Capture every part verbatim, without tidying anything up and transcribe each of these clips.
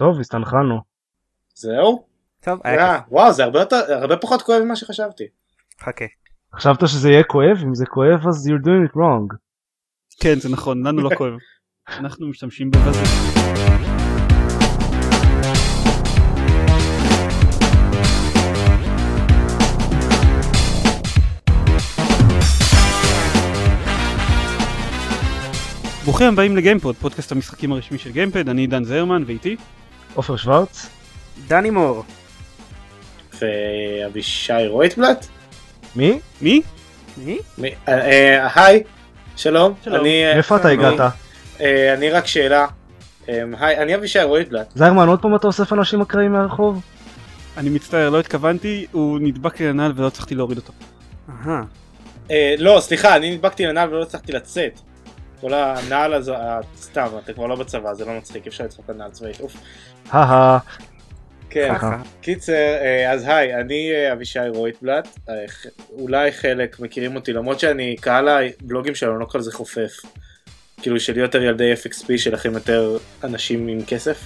טוב, הסתנכרנו. זהו? טוב, וואו, זה הרבה פחות כואב ממה שחשבתי. חכה. חשבת שזה יהיה כואב? אם זה כואב אז you're doing it wrong. כן, זה נכון, לנו לא כואב. אנחנו משתמשים בבזה. ברוכים הבאים לגיימפוד, פודקאסט המשחקים הרשמי של גיימפד. אני דן זרמן ואיתי עופר שוורץ, דני מור ואבישי רויטבלט. מי? מי? מי? היי, שלום. איפה אתה הגעת? אני רק שאלה. היי, אני אבישי רויטבלט. זרמן, עוד פעם אתה אוסף אנשים אקראיים מהרחוב? אני מצטער, לא התכוונתי, הוא נדבק לי לנעל ולא צריכתי להוריד אותו. אהה. לא, סליחה, אני נדבקתי לנעל ולא צריכתי לצאת. כל הנעל הזו, סתם, אתה כבר לא בצבא, זה לא מצחיק, אפשר לצחוק על נעל צבאית, אוף. הא כן, קיצר, אז היי, אני אבישי רויטבלט, אולי חלק מכירים אותי, למרות שאני, קהל הבלוגים שלנו לא כל זה חופף, כאילו שלי יותר ילדי אף אקס פי, שלכם יותר אנשים עם כסף.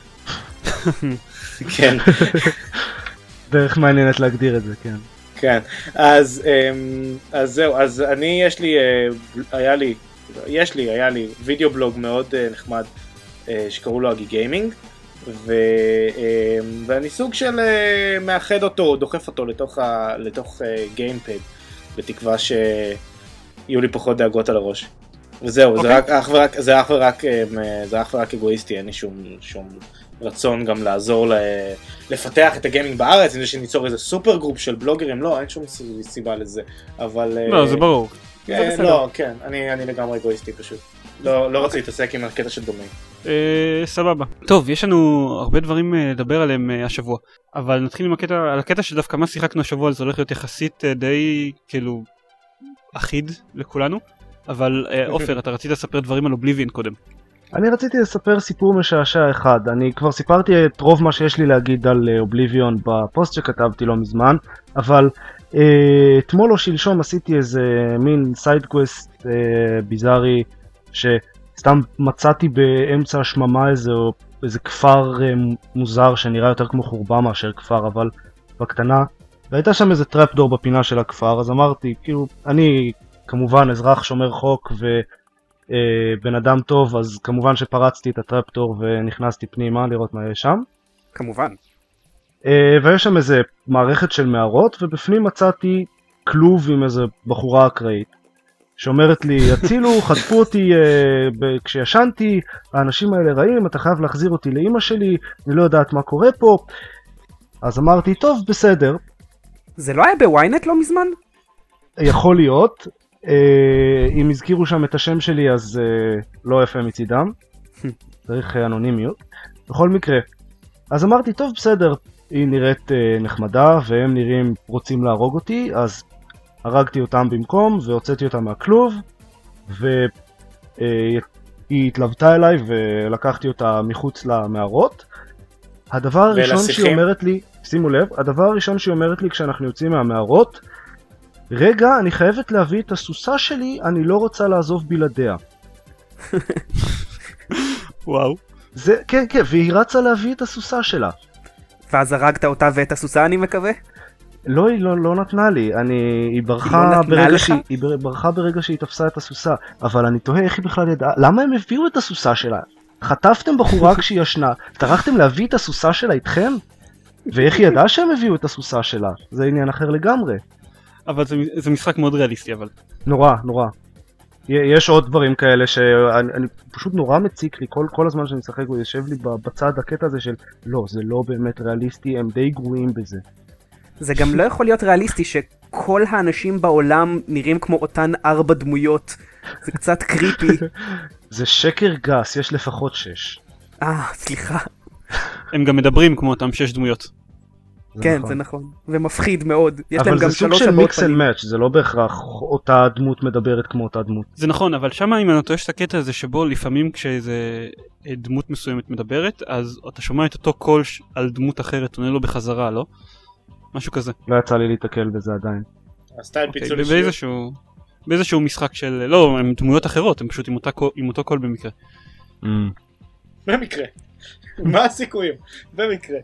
כן. דרך מעניינת להגדיר את זה, כן. כן, אז זהו, אז אני, יש לי, היה לי, יש לי, היה לי וידאו בלוג מאוד נחמד שקראו לו אגי גיימינג, ואני סוג של מאחד אותו, דוחף אותו לתוך, לתוך גיימפד, בתקווה שיהיו לי פחות דאגות על הראש. וזהו, זה רק אך ורק, זה אך ורק, זה אך ורק אגואיסטי, אין לי שום, שום רצון גם לעזור לפתח את הגיימינג בארץ, אם זה שניצור איזה סופר גרופ של בלוגרים, לא, אין שום סיבה לזה, אבל... לא, זה ברור. כן, לא, כן, אני, אני לגמרי אגואיסטי פשוט. לא, לא רוצה להתעסק עם הקטע של דומיין. אה, סבבה. טוב, יש לנו הרבה דברים לדבר עליהם השבוע, אבל נתחיל עם הקטע, על הקטע שדווקא מה שיחקנו השבוע, זה הולך להיות יחסית די, כאילו, אחיד לכולנו, אבל עופר, אתה רצית לספר דברים על אובליביון קודם. אני רציתי לספר סיפור משעשע אחד, אני כבר סיפרתי את רוב מה שיש לי להגיד על אובליביון בפוסט שכתבתי לא מזמן, אבל אתמול או שלשום עשיתי איזה מין סייד קווסט ביזארי שסתם מצאתי באמצע השממה איזה, איזה כפר מוזר שנראה יותר כמו חורבה מאשר כפר, אבל בקטנה, והייתה שם איזה טראפדור בפינה של הכפר, אז אמרתי, כאילו, אני כמובן אזרח שומר חוק ובן אדם טוב, אז כמובן שפרצתי את הטראפדור ונכנסתי פנימה לראות מה יש שם. כמובן. ויש שם איזה מערכת של מערות, ובפנים מצאתי כלוב עם איזה בחורה אקראית שאומרת לי, הצילו, חטפו אותי uh, כשישנתי, האנשים האלה רעים, אתה חייב להחזיר אותי לאמא שלי, אני לא יודעת מה קורה פה. אז אמרתי, טוב, בסדר. זה לא היה בוויינט לא מזמן? יכול להיות, uh, אם הזכירו שם את השם שלי אז uh, לא יפה מצידם, צריך אנונימיות. בכל מקרה, אז אמרתי, טוב, בסדר, היא נראית uh, נחמדה והם נראים רוצים להרוג אותי, אז הרגתי אותם במקום והוצאתי אותם מהכלוב, והיא התלוותה אליי ולקחתי אותה מחוץ למערות. הדבר הראשון שהיא אומרת לי, שימו לב, הדבר הראשון שהיא אומרת לי כשאנחנו יוצאים מהמערות, רגע, אני חייבת להביא את הסוסה שלי, אני לא רוצה לעזוב בלעדיה. וואו. זה, כן, כן, והיא רצה להביא את הסוסה שלה. ואז הרגת אותה ואת הסוסה, אני מקווה? לא, היא לא, לא נתנה לי, אני, היא ברחה ברגע שהיא, היא ברחה ברגע שהיא תפסה את הסוסה, אבל אני תוהה איך היא בכלל ידעה, למה הם הביאו את הסוסה שלה? חטפתם בחורה כשהיא ישנה, טרחתם להביא את הסוסה שלה איתכם? ואיך היא ידעה שהם הביאו את הסוסה שלה? זה עניין אחר לגמרי. אבל זה, זה משחק מאוד ריאליסטי, אבל. נורא, נורא. יש עוד דברים כאלה שאני אני, פשוט נורא מציק לי, כל, כל הזמן שאני משחק הוא יושב לי בצד הקטע הזה של לא, זה לא באמת ריאליסטי, הם די גרועים בזה. זה גם לא יכול להיות ריאליסטי שכל האנשים בעולם נראים כמו אותן ארבע דמויות. זה קצת קריפי. זה שקר גס, יש לפחות שש. אה, סליחה. הם גם מדברים כמו אותם שש דמויות. כן, זה נכון. ומפחיד מאוד. אבל זה סוג של מיקס אנד מאץ', זה לא בהכרח אותה דמות מדברת כמו אותה דמות. זה נכון, אבל שמה אם אני טועה את הקטע הזה שבו לפעמים כשאיזה דמות מסוימת מדברת, אז אתה שומע את אותו קול על דמות אחרת, עונה לו בחזרה, לא? משהו כזה. לא יצא לי להתקל בזה עדיין. הסטייל פיצול אישיות. באיזשהו, באיזשהו משחק של, לא, הם דמויות אחרות, הם פשוט עם, אותה, עם אותו קול במקרה. במקרה. מה הסיכויים? במקרה.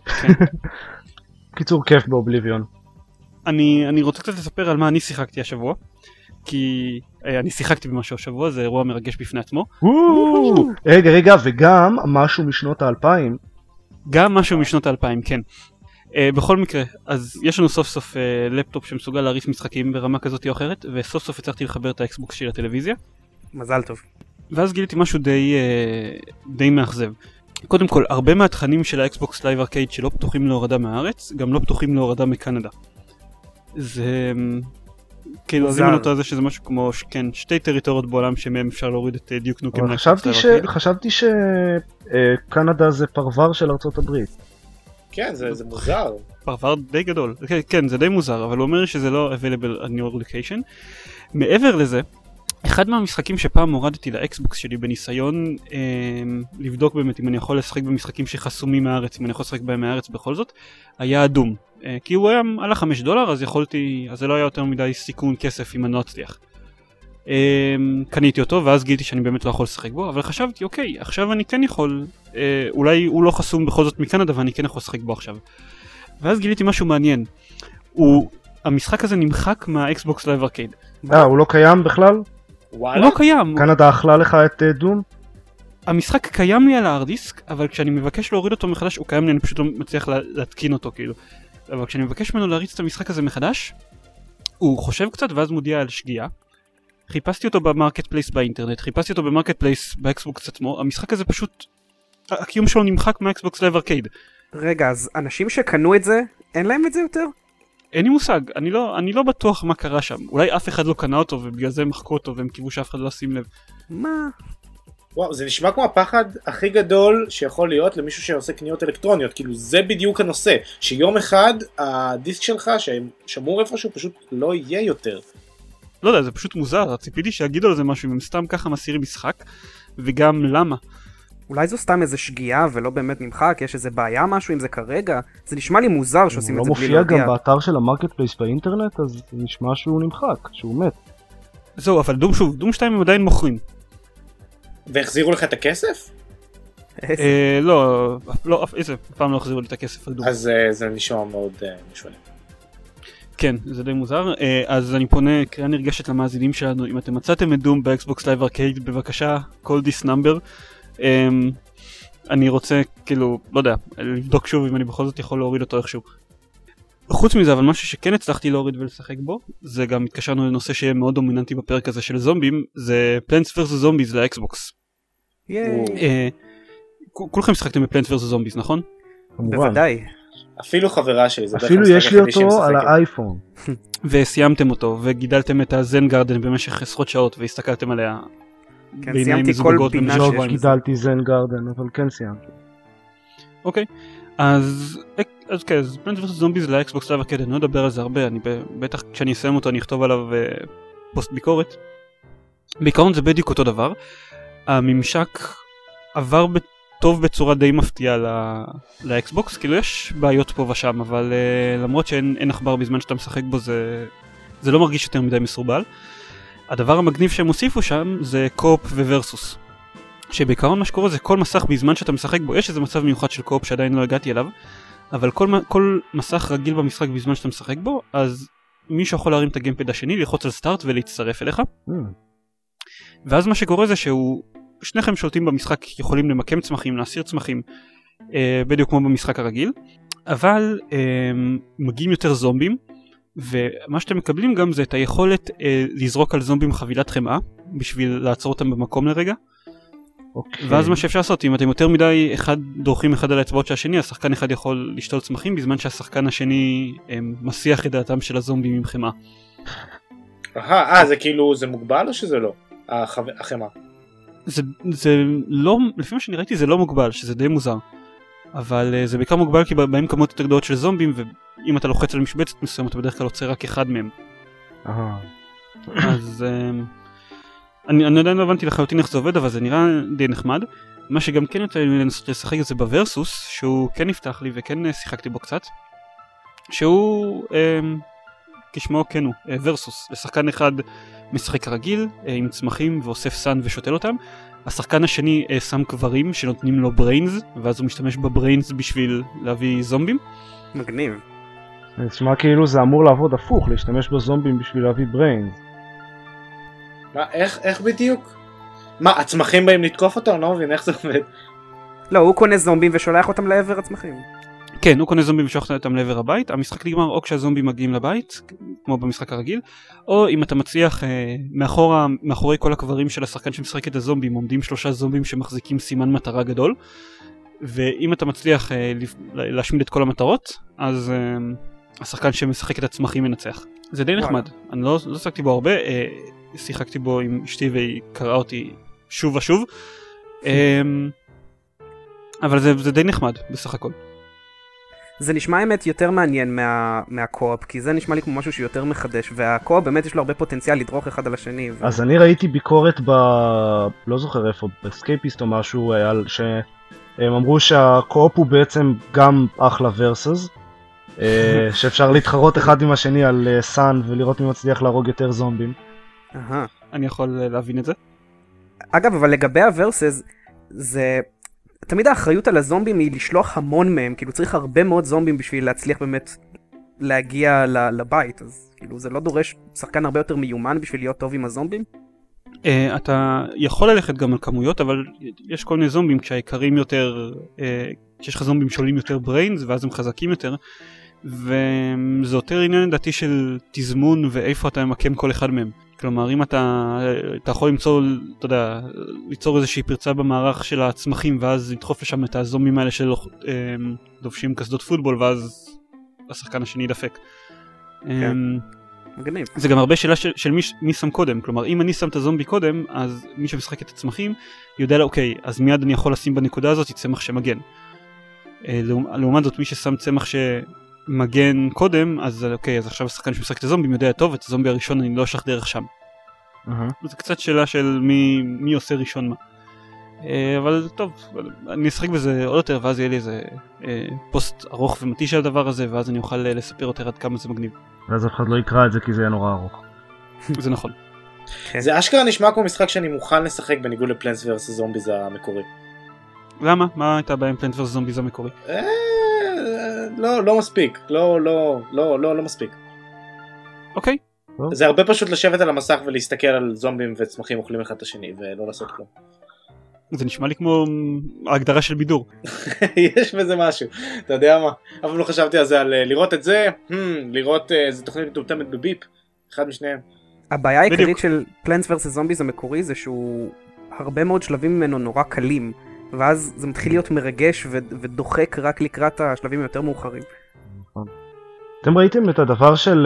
קיצור כיף באובליביון. אני, אני רוצה קצת לספר על מה אני שיחקתי השבוע, כי אה, אני שיחקתי במשהו השבוע, זה אירוע מרגש בפני עצמו. רגע, רגע, וגם משהו משנות האלפיים. גם משהו משנות האלפיים, כן. Uh, בכל מקרה, אז יש לנו סוף סוף uh, לפטופ שמסוגל להריץ משחקים ברמה כזאת או אחרת, וסוף סוף הצלחתי לחבר את האקסבוקס שלי לטלוויזיה. מזל טוב. ואז גיליתי משהו די, uh, די מאכזב. קודם כל, הרבה מהתכנים של האקסבוקס לייב ארקייד שלא פתוחים להורדה מהארץ, גם לא פתוחים להורדה מקנדה. זה... כאילו, אז אם אני נותן זה שזה משהו כמו, כן, שתי טריטוריות בעולם שמהם אפשר להוריד את דיוק נוקם לאקסבוקס לייב ארקייד. חשבתי שקנדה זה פרוור של ארצות הברית. כן, זה, זה מוזר. פרוור די גדול. כן, כן, זה די מוזר, אבל הוא אומר שזה לא available on your location. מעבר לזה, אחד מהמשחקים שפעם הורדתי לאקסבוקס שלי בניסיון אה, לבדוק באמת אם אני יכול לשחק במשחקים שחסומים מהארץ, אם אני יכול לשחק בהם מהארץ בכל זאת, היה אדום. אה, כי הוא היה על החמש דולר, אז יכולתי, אז זה לא היה יותר מדי סיכון כסף אם אני לא אצליח. אה, קניתי אותו, ואז גיליתי שאני באמת לא יכול לשחק בו, אבל חשבתי, אוקיי, עכשיו אני כן יכול, אה, אולי הוא לא חסום בכל זאת מקנדה, ואני כן יכול לשחק בו עכשיו. ואז גיליתי משהו מעניין. הוא, המשחק הזה נמחק מהאקסבוקס לייב ארקייד. אה, הוא לא קיים בכלל? וואלה? הוא לא קיים. קנדה אכלה לך את דום? המשחק קיים לי על הארדיסק, אבל כשאני מבקש להוריד אותו מחדש, הוא קיים לי, אני פשוט לא מצליח להתקין אותו, כאילו. אבל כשאני מבקש ממנו להריץ את המשחק הזה מחדש, הוא חושב קצת ואז מודיע על שגיאה. חיפשתי אותו במרקט פלייס באינטרנט, חיפשתי אותו במרקט פלייס באקסבוקס עצמו, המשחק הזה פשוט, הקיום שלו נמחק מהאקסבוקס לייב ארקייד. רגע, אז אנשים שקנו את זה, אין להם את זה יותר? אין לי מושג, אני לא, אני לא בטוח מה קרה שם. אולי אף אחד לא קנה אותו ובגלל זה מחקו אותו והם קיוו שאף אחד לא שים לב. מה? וואו, זה נשמע כמו הפחד הכי גדול שיכול להיות למישהו שעושה קניות אלקטרוניות. כאילו זה בדיוק הנושא, שיום אחד הדיסק שלך ששמור איפשהו פשוט לא יהיה יותר. לא יודע, זה פשוט מוזר, ציפיתי שיגידו על זה משהו, אם הם סתם ככה מסירים משחק, וגם למה. אולי זו סתם איזה שגיאה ולא באמת נמחק, יש איזה בעיה משהו עם זה כרגע, זה נשמע לי מוזר שעושים את זה בלי להודיע. הוא לא מופיע גם באתר של המרקט פלייס באינטרנט, אז נשמע שהוא נמחק, שהוא מת. זהו, אבל דום שוב, דום שתיים הם עדיין מוכרים. והחזירו לך את הכסף? אה, לא, לא, איזה, פעם לא החזירו לי את הכסף על דום. אז זה נשמע מאוד משונה. כן, זה די מוזר. אז אני פונה קריאה נרגשת למאזינים שלנו, אם אתם מצאתם את דום באקסבוקס לייב ארקייד, בבקשה, call this number. אני רוצה, כאילו, לא יודע, לבדוק שוב אם אני בכל זאת יכול להוריד אותו איכשהו. חוץ מזה, אבל משהו שכן הצלחתי להוריד ולשחק בו, זה גם התקשרנו לנושא שיהיה מאוד דומיננטי בפרק הזה של זומבים, זה Plants versus Zombies לאקסבוקס. כולכם שחקתם ב-Plants versus Zombies, נכון? בוודאי. אפילו חברה שלי, אפילו יש לי אותו על האייפון. וסיימתם אותו, וגידלתם את הזן גרדן במשך עשרות שעות, והסתכלתם עליה. כן, סיימתי כל פינה שיש. לא גידלתי זן גרדן, אבל כן סיימתי. אוקיי, אז כן, אז Plants versus Zombies לאקסבוקס לייב ארקייד, אני לא אדבר על זה הרבה, אני בטח כשאני אסיים אותו אני אכתוב עליו פוסט ביקורת. בעיקרון זה בדיוק אותו דבר, הממשק עבר טוב בצורה די מפתיעה לאקסבוקס, כאילו יש בעיות פה ושם, אבל למרות שאין עכבר בזמן שאתה משחק בו, זה לא מרגיש יותר מדי מסורבל. הדבר המגניב שהם הוסיפו שם זה קופ וורסוס, שבעיקרון מה שקורה זה כל מסך בזמן שאתה משחק בו, יש איזה מצב מיוחד של קופ שעדיין לא הגעתי אליו, אבל כל, כל מסך רגיל במשחק בזמן שאתה משחק בו, אז מישהו יכול להרים את הגיימפד השני, ללחוץ על סטארט ולהצטרף אליך. Mm. ואז מה שקורה זה שהוא, שניכם שולטים במשחק, יכולים למקם צמחים, להסיר צמחים, אה, בדיוק כמו במשחק הרגיל, אבל אה, מגיעים יותר זומבים, ומה שאתם מקבלים גם זה את היכולת אה, לזרוק על זומבים חבילת חמאה, בשביל לעצור אותם במקום לרגע. Okay. ואז מה שאפשר לעשות, אם אתם יותר מדי אחד דורכים אחד על האצבעות של השני, השחקן אחד יכול לשתול צמחים, בזמן שהשחקן השני אה, מסיח את דעתם של הזומבים עם חמאה. אה, זה כאילו, זה מוגבל או שזה לא? החמ... החמאה. זה, זה לא, לפי מה שאני ראיתי זה לא מוגבל, שזה די מוזר. אבל uh, זה בעיקר מוגבל כי באים כמות יותר גדולות של זומבים, ואם אתה לוחץ על משבצת מסוים, אתה בדרך כלל עוצר רק אחד מהם. אה. אז uh, אני, אני עדיין לא הבנתי לחלוטין איך זה עובד, אבל זה נראה די נחמד. מה שגם כן יוצא לי לנסות לשחק את זה בוורסוס, שהוא כן נפתח לי וכן שיחקתי בו קצת, שהוא, uh, כשמו כן הוא, uh, ורסוס, לשחקן אחד משחק רגיל, uh, עם צמחים ואוסף סן ושותל אותם, השחקן השני uh, שם קברים שנותנים לו בריינס, ואז הוא משתמש בבריינס בשביל להביא זומבים. מגניב. זה נשמע כאילו זה אמור לעבוד הפוך, להשתמש בזומבים בשביל להביא בריינס. מה, איך, איך בדיוק? מה, הצמחים באים לתקוף אותו? אני לא מבין, איך זה עובד? לא, הוא קונה זומבים ושולח אותם לעבר הצמחים. כן, הוא קונה זומבים ושולח אותם לעבר הבית. המשחק נגמר או כשהזומבים מגיעים לבית, כמו במשחק הרגיל, או אם אתה מצליח, אה, מאחורה, מאחורי כל הקברים של השחקן שמשחק את הזומבים, עומדים שלושה זומבים שמחזיקים סימן מטרה גדול, ואם אתה מצליח אה, להשמיד את כל המטרות, אז אה, השחקן שמשחק את הצמחים מנצח. זה די נחמד, אני לא, לא שחקתי בו הרבה, אה, שיחקתי בו עם אשתי והיא קראה אותי שוב ושוב, אה, אבל זה, זה די נחמד בסך הכל. זה נשמע האמת יותר מעניין מה, מהקו-אופ, כי זה נשמע לי כמו משהו שיותר מחדש, והקו-אופ באמת יש לו הרבה פוטנציאל לדרוך אחד על השני. ו... אז אני ראיתי ביקורת ב... לא זוכר איפה, בסקייפיסט או משהו, על שהם אמרו שהקו-אופ הוא בעצם גם אחלה ורסס, שאפשר להתחרות אחד עם השני על סאן ולראות מי מצליח להרוג יותר זומבים. אהה. אני יכול להבין את זה. אגב, אבל לגבי הוורסס, זה... תמיד האחריות על הזומבים היא לשלוח המון מהם, כאילו צריך הרבה מאוד זומבים בשביל להצליח באמת להגיע לבית, אז כאילו זה לא דורש שחקן הרבה יותר מיומן בשביל להיות טוב עם הזומבים? Uh, אתה יכול ללכת גם על כמויות, אבל יש כל מיני זומבים כשהעיקרים יותר, uh, כשיש לך זומבים שעולים יותר בריינס ואז הם חזקים יותר, וזה יותר עניין לדעתי של תזמון ואיפה אתה ממקם כל אחד מהם. כלומר, אם אתה, אתה יכול למצוא, אתה יודע, ליצור איזושהי פרצה במערך של הצמחים, ואז לדחוף לשם את הזומים האלה של דובשים קסדות פוטבול, ואז השחקן השני ידפק. כן. מגניב. זה גם הרבה שאלה של, של מי, מי שם קודם. כלומר, אם אני שם את הזומבי קודם, אז מי שמשחק את הצמחים יודע לה, אוקיי, אז מיד אני יכול לשים בנקודה הזאת צמח שמגן. לעומת זאת, מי ששם צמח ש... מגן קודם, אז אוקיי, אז עכשיו השחקן שמשחק את הזומבים יודע טוב, את הזומבי הראשון אני לא אשלח דרך שם. Uh-huh. זה קצת שאלה של מי, מי עושה ראשון מה. Uh, אבל טוב, אני אשחק בזה עוד יותר, ואז יהיה לי איזה uh, פוסט ארוך ומתיש על הדבר הזה, ואז אני אוכל uh, לספר יותר עד כמה זה מגניב. ואז אף אחד לא יקרא את זה כי זה יהיה נורא ארוך. זה נכון. זה אשכרה נשמע כמו משחק שאני מוכן לשחק בניגוד לפלנטס ורסס זומביז המקורי. למה? מה הייתה בעיה עם פלנטס ורסס זומביז המקורי? לא, לא מספיק, לא, לא, לא, לא, לא מספיק. אוקיי. זה הרבה פשוט לשבת על המסך ולהסתכל על זומבים וצמחים אוכלים אחד את השני ולא לעשות כלום. זה נשמע לי כמו ההגדרה של בידור. יש בזה משהו, אתה יודע מה? אבל לא חשבתי על זה, על לראות את זה, לראות איזה תוכנית מטומטמת בביפ, אחד משניהם. הבעיה העיקרית של Plants versus Zombies המקורי זה שהוא הרבה מאוד שלבים ממנו נורא קלים. ואז זה מתחיל להיות מרגש ו- ודוחק רק לקראת השלבים היותר מאוחרים. אתם ראיתם את הדבר של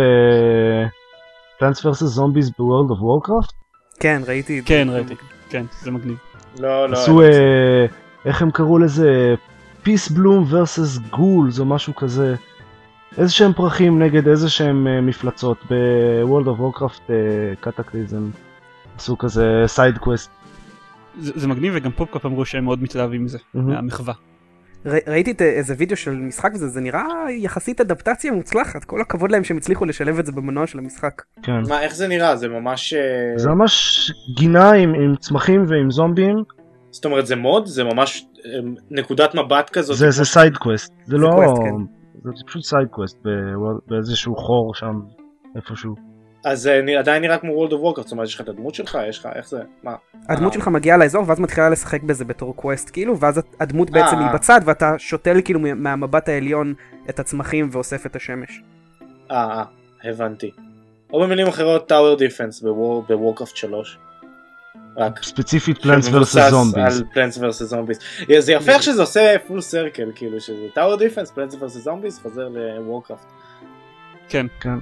uh, Plants versus Zombies ב-World of Warcraft? כן, ראיתי. כן, ראיתי. כן, זה מגניב. לא, לא. עשו, uh, איך הם קראו לזה? Peace Bloom versus Ghouls או משהו כזה. איזה שהם פרחים נגד איזה שהם uh, מפלצות. ב-World of Warcraft קטקליזם. Uh, עשו כזה סייד קווסט. זה, זה מגניב, וגם פופקאפ אמרו שהם מאוד מתלהבים מזה, mm-hmm. מהמחווה. ר, ראיתי את, איזה וידאו של משחק וזה, זה נראה יחסית אדפטציה מוצלחת, כל הכבוד להם שהם הצליחו לשלב את זה במנוע של המשחק. כן. מה, איך זה נראה? זה ממש... זה ממש גינה עם, עם צמחים ועם זומבים. זאת אומרת, זה מוד? זה ממש נקודת מבט כזאת? זה, זה סייד קווסט, זה, זה לא... קווסט, כן. זה פשוט סייד קווסט באיזשהו חור שם, איפשהו. אז זה עדיין נראה כמו World of Warcraft, זאת אומרת, יש לך את הדמות שלך, יש לך, איך זה, מה? הדמות שלך מגיעה לאזור, ואז מתחילה לשחק בזה בתור קווסט, כאילו, ואז הדמות בעצם היא בצד, ואתה שותל כאילו מהמבט העליון את הצמחים ואוסף את השמש. אה, הבנתי. או במילים אחרות, Tower Defense ב-Warcraft שלוש. רק ספציפית Plants versus Zombies. על Plants versus Zombies. זה יפה איך שזה עושה full circle, כאילו, שזה Tower Defense, Plants versus Zombies, חוזר ל-Warcraft. כן. כן.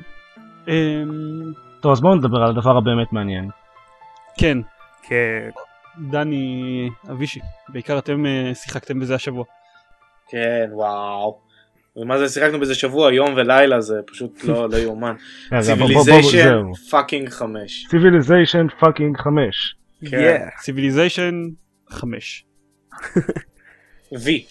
טוב, אז בואו נדבר על הדבר הבאמת מעניין. כן. כן. דני אבישי, בעיקר אתם שיחקתם בזה השבוע. כן, וואו. ומה זה, שיחקנו בזה שבוע, יום ולילה, זה פשוט לא יאומן. ציוויליזיישן פאקינג חמש. ציוויליזיישן פאקינג חמש. כן. ציוויליזיישן חמש. וי.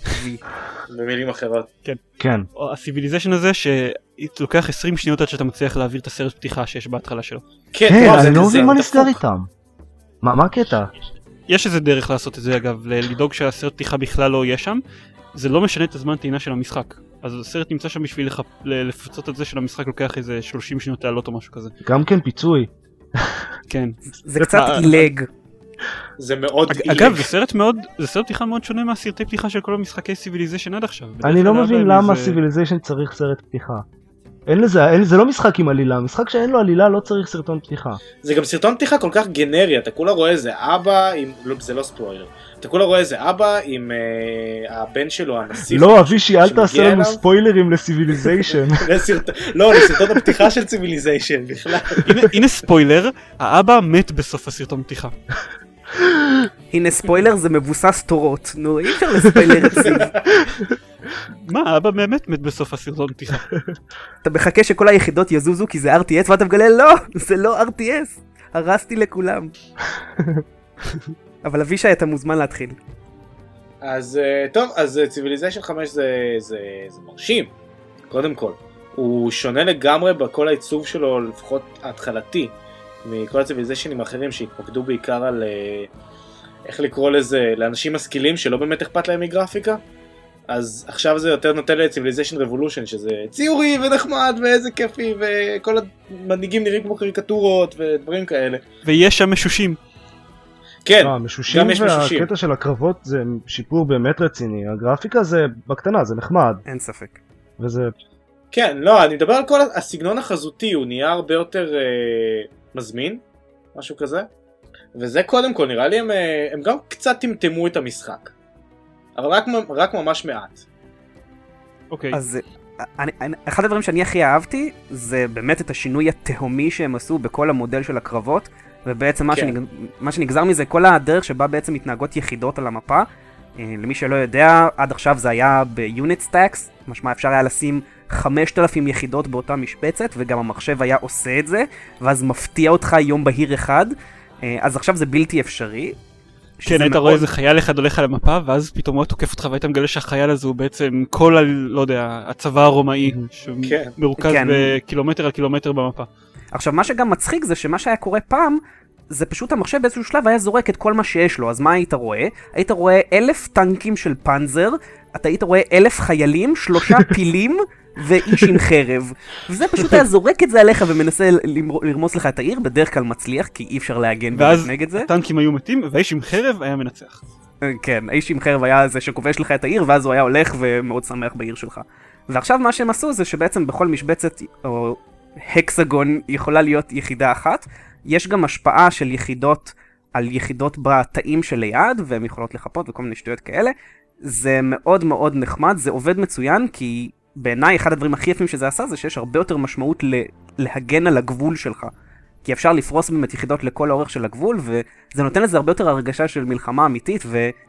במילים אחרות. כן. כן. הציוויליזיישן הזה שלוקח עשרים שניות עד שאתה מצליח להעביר את הסרט פתיחה שיש בהתחלה שלו. כן, אני לא מבין מה נסגר איתם. מה הקטע? יש איזה דרך לעשות את זה אגב, לדאוג שהסרט פתיחה בכלל לא יהיה שם, זה לא משנה את הזמן טעינה של המשחק. אז הסרט נמצא שם בשביל לחפ... לפצות את זה של המשחק לוקח איזה שלושים שניות לעלות או משהו כזה. גם כן פיצוי. כן. זה קצת אילג. זה מאוד אילג. אגב, זה סרט מאוד, זה סרט פתיחה מאוד שונה מהסרטי פתיחה של כל המשחקי סיביליזיישן עד עכשיו. אני לא מבין למה סיביליזיישן צריך סרט פתיחה. אין לזה, אין, זה לא משחק עם עלילה, משחק שאין לו עלילה לא צריך סרטון פתיחה. זה גם סרטון פתיחה כל כך גנרי, אתה כולה רואה איזה אבא עם, לא, זה לא ספוילר, אתה כולה רואה איזה אבא עם אה, הבן שלו, הנסיך. לא, אבישי, אל תעשה לנו ספוילרים לסיביליזיישן. לסרט... לא, לסרטון הפתיחה של סיביליזיישן בכלל. הנה, הנה ספוילר, האבא מת בסוף הסרטון פתיחה. הנה ספוילר, זה מבוסס תורות, נו, אי אפשר לספיילר את זה. מה, האבא באמת מת בסוף הסרטון פתיחה. אתה מחכה שכל היחידות יזוזו כי זה אר טי אס ואתה מגלה, לא, זה לא אר טי אס, הרסתי לכולם. אבל אבישי, אתה מוזמן להתחיל. אז טוב, אז ציוויליזיישן חמש זה, זה, זה מרשים, קודם כל. הוא שונה לגמרי בכל העיצוב שלו, לפחות ההתחלתי, מכל הציוויליזיישנים האחרים שהתמקדו בעיקר על, איך לקרוא לזה, לאנשים משכילים שלא באמת אכפת להם מגרפיקה. אז עכשיו זה יותר נותן לציוויליזיישן רבולושן, שזה ציורי ונחמד ואיזה כיפי, וכל המנהיגים נראים כמו קריקטורות ודברים כאלה. ויש שם משושים. כן, המשושים גם יש משושים. והקטע של הקרבות זה שיפור באמת רציני, הגרפיקה זה בקטנה, זה נחמד. אין ספק. וזה... כן, לא, אני מדבר על כל הסגנון החזותי, הוא נהיה הרבה יותר אה, מזמין, משהו כזה. וזה קודם כל, נראה לי הם, הם גם קצת טמטמו את המשחק. אבל רק, רק ממש מעט. אוקיי. אז אני, אני, אחד הדברים שאני הכי אהבתי, זה באמת את השינוי התהומי שהם עשו בכל המודל של הקרבות, ובעצם מה, כן. שנג, מה שנגזר מזה, כל הדרך שבה בעצם מתנהגות יחידות על המפה. למי שלא יודע, עד עכשיו זה היה ביוניט סטאקס, משמע אפשר היה לשים חמשת אלפים יחידות באותה משבצת, וגם המחשב היה עושה את זה, ואז מפתיע אותך יום בהיר אחד, אז עכשיו זה בלתי אפשרי. כן, היית רואה איזה חייל אחד הולך על המפה, ואז פתאום הוא תוקף אותך, והיית מגלה שהחייל הזה הוא בעצם כל, לא יודע, הצבא הרומאי, שמרוכז בקילומטר על קילומטר במפה. עכשיו, מה שגם מצחיק זה שמה שהיה קורה פעם, זה פשוט המחשב באיזשהו שלב היה זורק את כל מה שיש לו, אז מה היית רואה? היית רואה אלף טנקים של פנזר, אתה היית רואה אלף חיילים, שלושה פילים, ואיש עם חרב. וזה פשוט היה זורק את זה עליך ומנסה לרמוס לך את העיר, בדרך כלל מצליח, כי אי אפשר להגן באמת נגד זה. ואז הטנקים היו מתים, והאיש עם חרב היה מנצח. כן, האיש עם חרב היה זה שכובש לך את העיר, ואז הוא היה הולך ומאוד שמח בעיר שלך. ועכשיו מה שהם עשו זה שבעצם בכל משבצת או הקסגון יכולה להיות יחידה אחת. יש גם השפעה של יחידות על יחידות בתאים שליד, והן יכולות לחפות וכל מיני שטויות כאלה. זה מאוד מאוד נחמד, זה עובד מצוין, כי בעיניי אחד הדברים הכי יפים שזה עשה זה שיש הרבה יותר משמעות להגן על הגבול שלך. כי אפשר לפרוס באמת יחידות לכל האורך של הגבול, וזה נותן לזה הרבה יותר הרגשה של מלחמה אמיתית,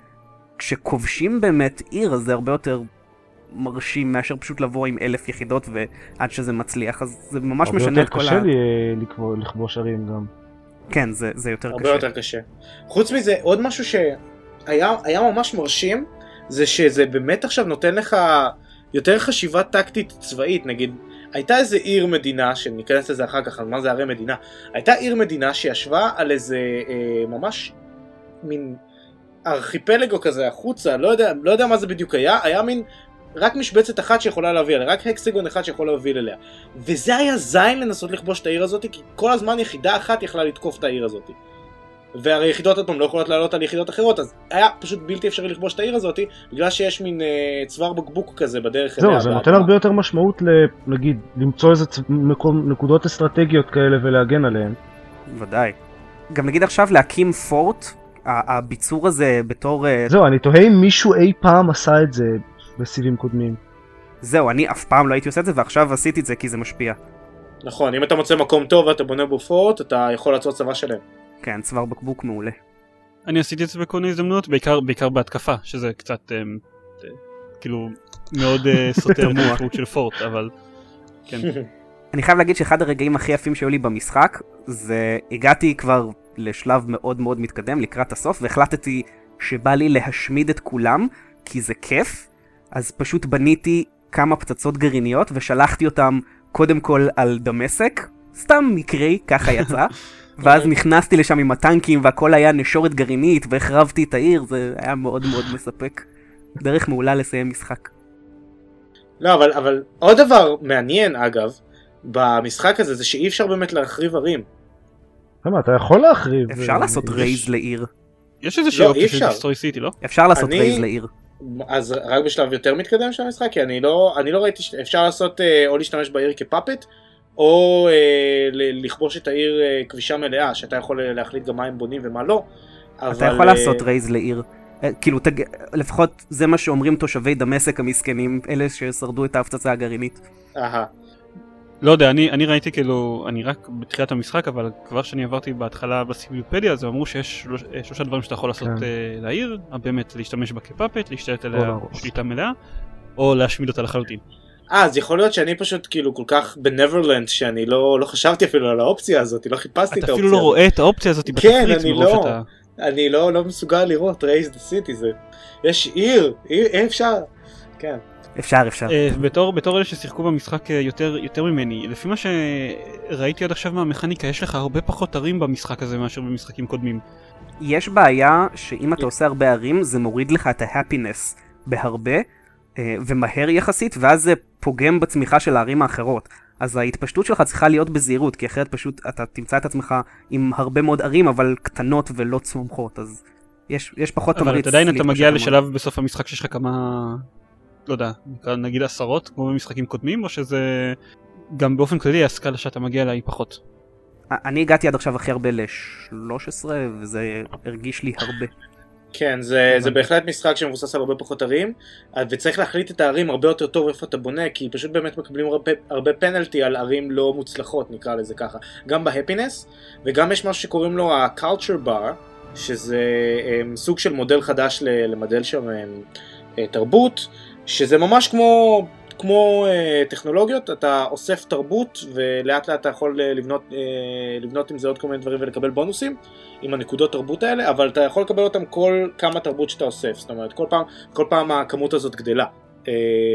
וכשכובשים באמת עיר, אז זה הרבה יותר מרשים מאשר פשוט לבוא עם אלף יחידות ועד שזה מצליח, אז זה ממש משנה את כל ה... הרבה יותר קשה לי לכבוש ערים גם. כן, זה, זה יותר הרבה קשה. יותר קשה. חוץ מזה, עוד משהו שהיה היה ממש מרשים, זה שזה באמת עכשיו נותן לך יותר חשיבה טקטית צבאית, נגיד, הייתה איזה עיר מדינה, שניכנס לזה אחר כך, על מה זה הרי מדינה, הייתה עיר מדינה שישבה על איזה אה, ממש מין ארכיפלגו כזה החוצה, לא יודע, לא יודע מה זה בדיוק היה, היה מין רק משבצת אחת שיכולה להביא אליה, רק הקסגון אחד שיכול להביא אליה. וזה היה זין לנסות לכבוש את העיר הזאת, כי כל הזמן יחידה אחת יכלה לתקוף את העיר הזאת. והרי יחידות אטום לא יכולות לעלות על יחידות אחרות, אז היה פשוט בלתי אפשרי לכבוש את העיר הזאת, בגלל שיש מין אה, צוואר בקבוק כזה בדרך אליה. זהו, זה נותן הרבה יותר משמעות, נגיד, למצוא איזה צ... נקודות אסטרטגיות כאלה ולהגן עליהן. ודאי. גם נגיד עכשיו להקים פורט, הביצור הזה בתור... זהו, אני תוהה אם מישהו אי פעם עשה את זה בסיבים קודמים. זהו, אני אף פעם לא הייתי עושה את זה, ועכשיו עשיתי את זה כי זה משפיע. נכון, אם אתה מוצא מקום טוב ואתה בונה בו פורט, אתה יכול לעשות צבא שלם. כן, צוואר בקבוק מעולה. אני עשיתי את זה בכל מיני הזדמנויות, בעיקר, בעיקר בהתקפה, שזה קצת, אה, אה, כאילו, מאוד אה, סותר מהמשמעות של פורט, אבל כן. אני חייב להגיד שאחד הרגעים הכי יפים שהיו לי במשחק, זה הגעתי כבר לשלב מאוד מאוד מתקדם לקראת הסוף, והחלטתי שבא לי להשמיד את כולם, כי זה כיף, אז פשוט בניתי כמה פצצות גרעיניות, ושלחתי אותם קודם כל על דמשק, סתם מקרי, ככה יצא. ואז נכנסתי לשם עם הטנקים והכל היה נשורת גרעינית והחרבתי את העיר, זה היה מאוד מאוד מספק. דרך מעולה לסיים משחק. לא, אבל, אבל עוד דבר מעניין אגב, במשחק הזה זה שאי אפשר באמת להחריב ערים. למה, אתה יכול להחריב. אפשר לעשות רייז לעיר. יש איזושהי אופציה של דיסטרוy סיטי, לא? אפשר לעשות רייז לעיר. אז רק בשלב יותר מתקדם של המשחק, כי אני לא, אני לא ראיתי, אפשר לעשות או להשתמש בעיר כפאפט, או אה, לכבוש את העיר אה, כבישה מלאה, שאתה יכול להחליט גם מה הם בונים ומה לא. אתה אבל, יכול אה... לעשות רייז לעיר. אה, כאילו, תג... לפחות זה מה שאומרים תושבי דמשק המסכנים, אלה ששרדו את ההפצצה הגרעינית. אהה. לא יודע, אני, אני ראיתי כאילו, אני רק בתחילת המשחק, אבל כבר שאני עברתי בהתחלה בסיביופדיה, אז אמרו שיש שלוש, שלושה דברים שאתה יכול לעשות כן. uh, לעיר, באמת להשתמש בה כפאפט, להשתלט עליה שליטה מלאה, או להשמיד אותה לחלוטין. אה, אז יכול להיות שאני פשוט כאילו כל כך בנברלנד, שאני לא, לא חשבתי אפילו על האופציה הזאת, לא חיפשתי את האופציה הזאת. אתה אפילו לא רואה את האופציה הזאת כן, אני לא, שאתה... אני לא, לא מסוגל לראות Raise the City, זה, יש עיר, עיר, אפשר, כן. אפשר, אפשר. Uh, בתור, בתור אלה ששיחקו במשחק uh, יותר, יותר ממני, לפי מה שראיתי עד עכשיו מהמכניקה, יש לך הרבה פחות ערים במשחק הזה מאשר במשחקים קודמים. יש בעיה שאם אתה עושה הרבה ערים, זה מוריד לך את ה-happiness בהרבה, uh, ומהר יחסית, ואז זה פוגם בצמיחה של הערים האחרות. אז ההתפשטות שלך צריכה להיות בזהירות, כי אחרת פשוט אתה תמצא את עצמך עם הרבה מאוד ערים, אבל קטנות ולא צומחות, אז יש, יש פחות תמריץ. אבל עדיין אתה מגיע לשלב בסוף המשחק שיש לך כמה... לא יודע, נגיד עשרות, כמו במשחקים קודמים, או שזה גם באופן כללי הסקאלה שאתה מגיע לה היא פחות? אני הגעתי עד עכשיו הכי הרבה ל-שלוש עשרה, וזה הרגיש לי הרבה. כן, זה, זה בהחלט משחק שמבוסס על הרבה פחות ערים, וצריך להחליט את הערים הרבה יותר טוב איפה אתה בונה, כי פשוט באמת מקבלים הרבה, הרבה פנלטי על ערים לא מוצלחות, נקרא לזה ככה. גם בהפינס, וגם יש משהו שקוראים לו ה-culture bar, שזה um, סוג של מודל חדש למודל שם um, תרבות, שזה ממש כמו, כמו uh, טכנולוגיות, אתה אוסף תרבות ולאט לאט אתה יכול לבנות, uh, לבנות עם זה עוד כל מיני דברים ולקבל בונוסים עם הנקודות תרבות האלה, אבל אתה יכול לקבל אותם כל כמה תרבות שאתה אוסף, זאת אומרת כל פעם, כל פעם הכמות הזאת גדלה. Uh,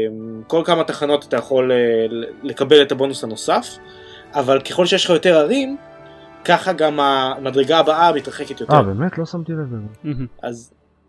כל כמה תחנות אתה יכול uh, לקבל את הבונוס הנוסף, אבל ככל שיש לך יותר ערים, ככה גם המדרגה הבאה מתרחקת יותר. אה, באמת? לא שמתי לב לזה. אז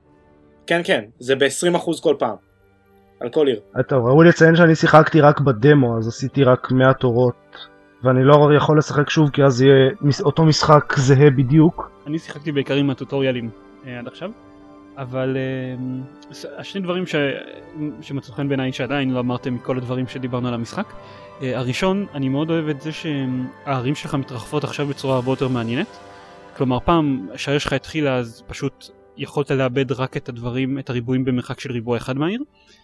כן, כן, זה ב-עשרים אחוז כל פעם. על כל עיר. טוב, ראוי לציין שאני שיחקתי רק בדמו, אז עשיתי רק מאה תורות, ואני לא יכול לשחק שוב כי אז יהיה אותו משחק זהה בדיוק. אני שיחקתי בעיקר עם הטוטוריאלים אה, עד עכשיו, אבל אה, השני דברים ש... שמצאו חן בעיניי שעדיין לא אמרתם מכל הדברים שדיברנו על המשחק. אה, הראשון, אני מאוד אוהב את זה שהערים שלך מתרחבות עכשיו בצורה הרבה יותר מעניינת. כלומר, פעם שהעיר שלך התחילה אז פשוט יכולת לאבד רק את הדברים, את הריבועים במרחק של ריבוע אחד מהעיר.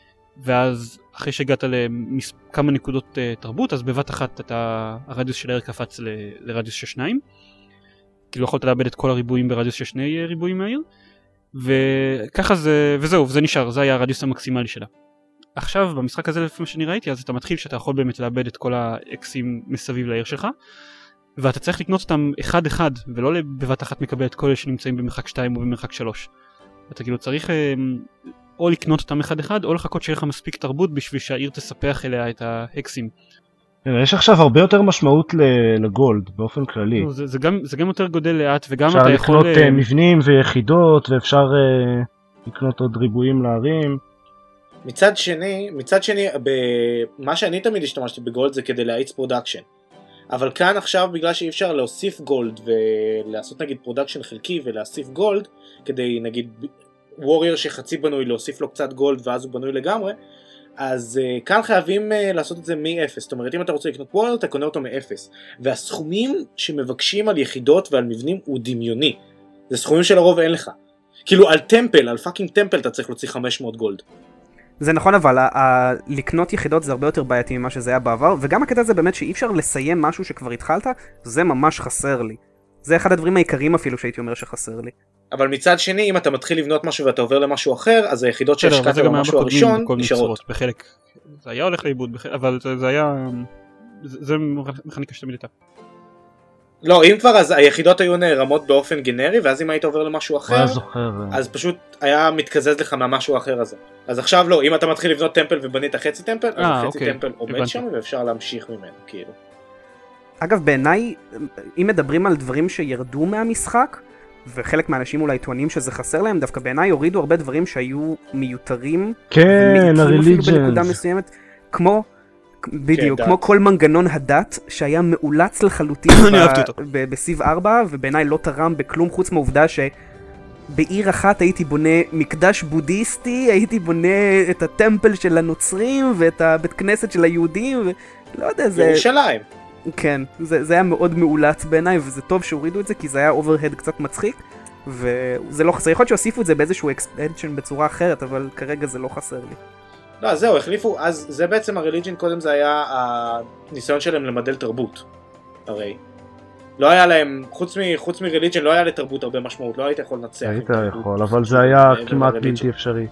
ואז אחרי שהגעת לכמה נקודות uh, תרבות, אז בבת אחת אתה, הרדיוס של העיר קפץ ל, לרדיוס של שניים, כאילו יכולת לאבד את כל הריבועים ברדיוס של שני ריבועים מהעיר, וככה זה, וזהו, זה נשאר, זה היה הרדיוס המקסימלי שלה. עכשיו במשחק הזה לפי מה שאני ראיתי, אז אתה מתחיל שאתה יכול באמת לאבד את כל האקסים מסביב לעיר שלך, ואתה צריך לקנות אותם אחד אחד, ולא בבת אחת מקבל את כל אלה שנמצאים במרחק שתיים או במרחק שלוש. אתה כאילו צריך... Uh, או לקנות אותם אחד אחד, או לחכות שיהיה לך מספיק תרבות בשביל שהעיר תספח אליה את ההקסים. יש עכשיו הרבה יותר משמעות לגולד באופן כללי. זה, זה, גם, זה גם יותר גודל לאט, וגם אתה יכול... יכול... אפשר לקנות מבנים ויחידות, ואפשר uh, לקנות עוד ריבועים לערים. מצד שני, מצד שני, מה שאני תמיד השתמשתי בגולד זה כדי להאיץ פרודקשן. אבל כאן עכשיו, בגלל שאי אפשר להוסיף גולד, ולעשות נגיד פרודקשן חלקי ולהוסיף גולד, כדי נגיד... ווריור שחצי בנוי להוסיף לו קצת גולד ואז הוא בנוי לגמרי, אז uh, כאן חייבים uh, לעשות את זה מ-אפס. זאת אומרת, אם אתה רוצה לקנות ווריור, אתה קונה אותו מ-אפס. והסכומים שמבקשים על יחידות ועל מבנים הוא דמיוני. זה סכומים שלרוב אין לך. כאילו על טמפל, על פאקינג טמפל אתה צריך להוציא חמש מאות גולד. זה נכון, אבל ה- ה- לקנות יחידות זה הרבה יותר בעייתי ממה שזה היה בעבר, וגם הקטע זה באמת שאי אפשר לסיים משהו שכבר התחלת, זה ממש חסר לי. זה אחד הדברים העיקריים אפילו שהייתי אומר שחסר לי. אבל מצד שני, אם אתה מתחיל לבנות משהו ואתה עובר למשהו אחר, אז היחידות שהשקעת במשהו הראשון נשארות. בחלק, זה היה הולך לאיבוד, אבל זה היה, זה מכניקה שתמיד הייתה. לא, אם כבר, אז היחידות היו נערמות באופן גנרי, ואז אם היית עובר למשהו אחר, אז פשוט היה מתקזז לך מהמשהו האחר הזה. אז עכשיו לא, אם אתה מתחיל לבנות טמפל ובנית חצי טמפל, אז חצי טמפל עומד שם ואפשר להמשיך ממנו, כאילו. אגב, בעיניי, אם מדברים על דברים שירדו מהמשחק, וחלק מהאנשים אולי טוענים שזה חסר להם, דווקא בעיניי הורידו הרבה דברים שהיו מיותרים. כן, הריליג'נס. בנקודה מסוימת, כמו, בדיוק, כן, כמו דת. כל מנגנון הדת, שהיה מאולץ לחלוטין בסיב ארבע, ובעיניי לא תרם בכלום חוץ מהעובדה ש... בעיר אחת הייתי בונה מקדש בודהיסטי, הייתי בונה את הטמפל של הנוצרים, ואת הבית כנסת של היהודים, ולא יודע, זה... ירושלים. כן, זה, זה היה מאוד מאולץ בעיניי, וזה טוב שהורידו את זה, כי זה היה אוברהד קצת מצחיק, וזה לא חסר, יכול להיות שהוסיפו את זה באיזשהו אקספנשן בצורה אחרת, אבל כרגע זה לא חסר לי. לא, זהו, החליפו, אז זה בעצם הרליג'ין, קודם זה היה הניסיון שלהם למדל תרבות, הרי. לא היה להם, חוץ, מ, חוץ מרליג'ן, לא היה לתרבות הרבה משמעות, לא היית יכול לנצח. היית יכול, אבל זה היה כמעט בלתי אפשרי.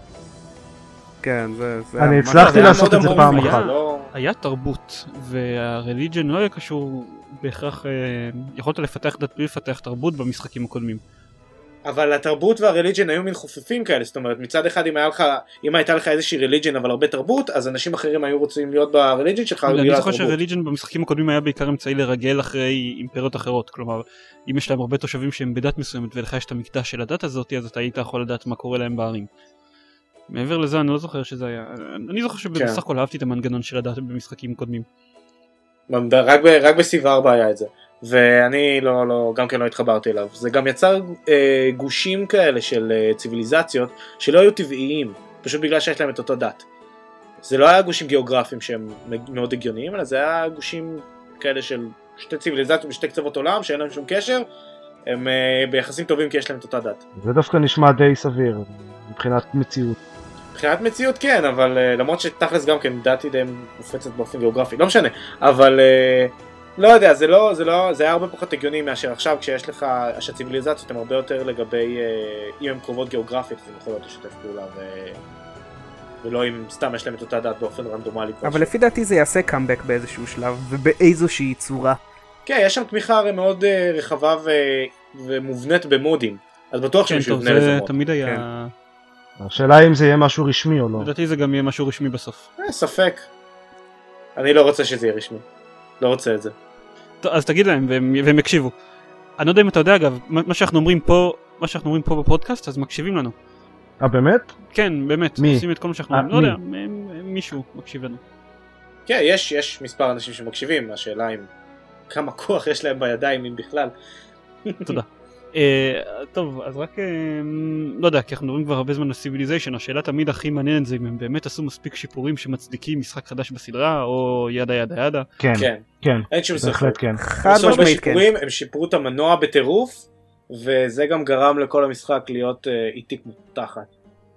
כן, זה... זה אני הצלחתי לעשות את זה פעם אחת. היה תרבות, והרליג'ן לא היה קשור בהכרח, יכולת לפתח דת בלי לפתח תרבות במשחקים הקודמים. אבל התרבות והרליג'ן היו מין חופפים כאלה, זאת אומרת, מצד אחד אם, היה לך, אם הייתה לך איזושהי רליג'ן אבל הרבה תרבות, אז אנשים אחרים היו רוצים להיות ברליג'ן שלך. אני זוכר שהרליג'ן במשחקים הקודמים היה בעיקר אמצעי לרגל אחרי אימפריות אחרות, כלומר, אם יש להם הרבה תושבים שהם בדת מסוימת ולך יש את המקדש של הדת הזאת, אז אתה היית יכול לדעת מה קורה להם בערים. מעבר לזה אני לא זוכר שזה היה, אני זוכר שבסך הכל אהבתי את המנגנון של הדת במשחקים קודמים. רק, רק בסיב ארבע היה את זה. ואני לא, לא, גם כן לא התחברתי אליו. זה גם יצר אה, גושים כאלה של אה, ציוויליזציות שלא היו טבעיים, פשוט בגלל שיש להם את אותו דת. זה לא היה גושים גיאוגרפיים שהם מאוד הגיוניים, אלא זה היה גושים כאלה של שתי ציוויליזציות בשתי קצוות עולם שאין להם שום קשר, הם אה, ביחסים טובים כי יש להם את אותה דת. זה דווקא נשמע די סביר, מבחינת מציאות. מבחינת מציאות כן, אבל אה, למרות שתכלס גם כן דת היא די מופצת באופן גיאוגרפי, לא משנה, אבל... אה, לא יודע, זה לא, זה לא, זה היה הרבה פחות הגיוני מאשר עכשיו, כשיש לך, שהציביליזציות הן הרבה יותר לגבי, אם הן קרובות גיאוגרפית, אז הן יכולות לשתף פעולה, ו... ולא אם סתם יש להם את אותה דת באופן רנדומלי. אבל לפי דעתי זה יעשה קאמבק באיזשהו שלב, ובאיזושהי צורה. כן, יש שם תמיכה הרי מאוד רחבה ו... ומובנית במודים, אז בטוח כן, שמישהו יבנה לזה מוד. תמיד היה... השאלה אם זה יהיה משהו רשמי או לא. לדעתי זה גם יהיה משהו רשמי בסוף. אה, ספק. אני לא רוצה שזה יהיה רשמי. לא רוצה את זה. אז תגיד להם והם, והם יקשיבו. אני לא יודע אם אתה יודע אגב, מה שאנחנו אומרים פה, מה שאנחנו אומרים פה בפודקאסט, אז מקשיבים לנו. אה באמת? כן, באמת. מי? עושים את כל מה שאנחנו אומרים. לא יודע, מישהו מקשיב לנו. כן, יש, יש מספר אנשים שמקשיבים, השאלה אם כמה כוח יש להם בידיים, אם בכלל. תודה. טוב, אז רק, לא יודע, כי אנחנו מדברים כבר הרבה זמן על סיביליזיישן, השאלה תמיד הכי מעניינת זה אם הם באמת עשו מספיק שיפורים שמצדיקים משחק חדש בסדרה, או ידה ידה ידה. כן, כן, אין שום ספק. כן. חד משמעית, כן. הם שיפרו את המנוע בטירוף, וזה גם גרם לכל המשחק להיות איטי כמו תחת.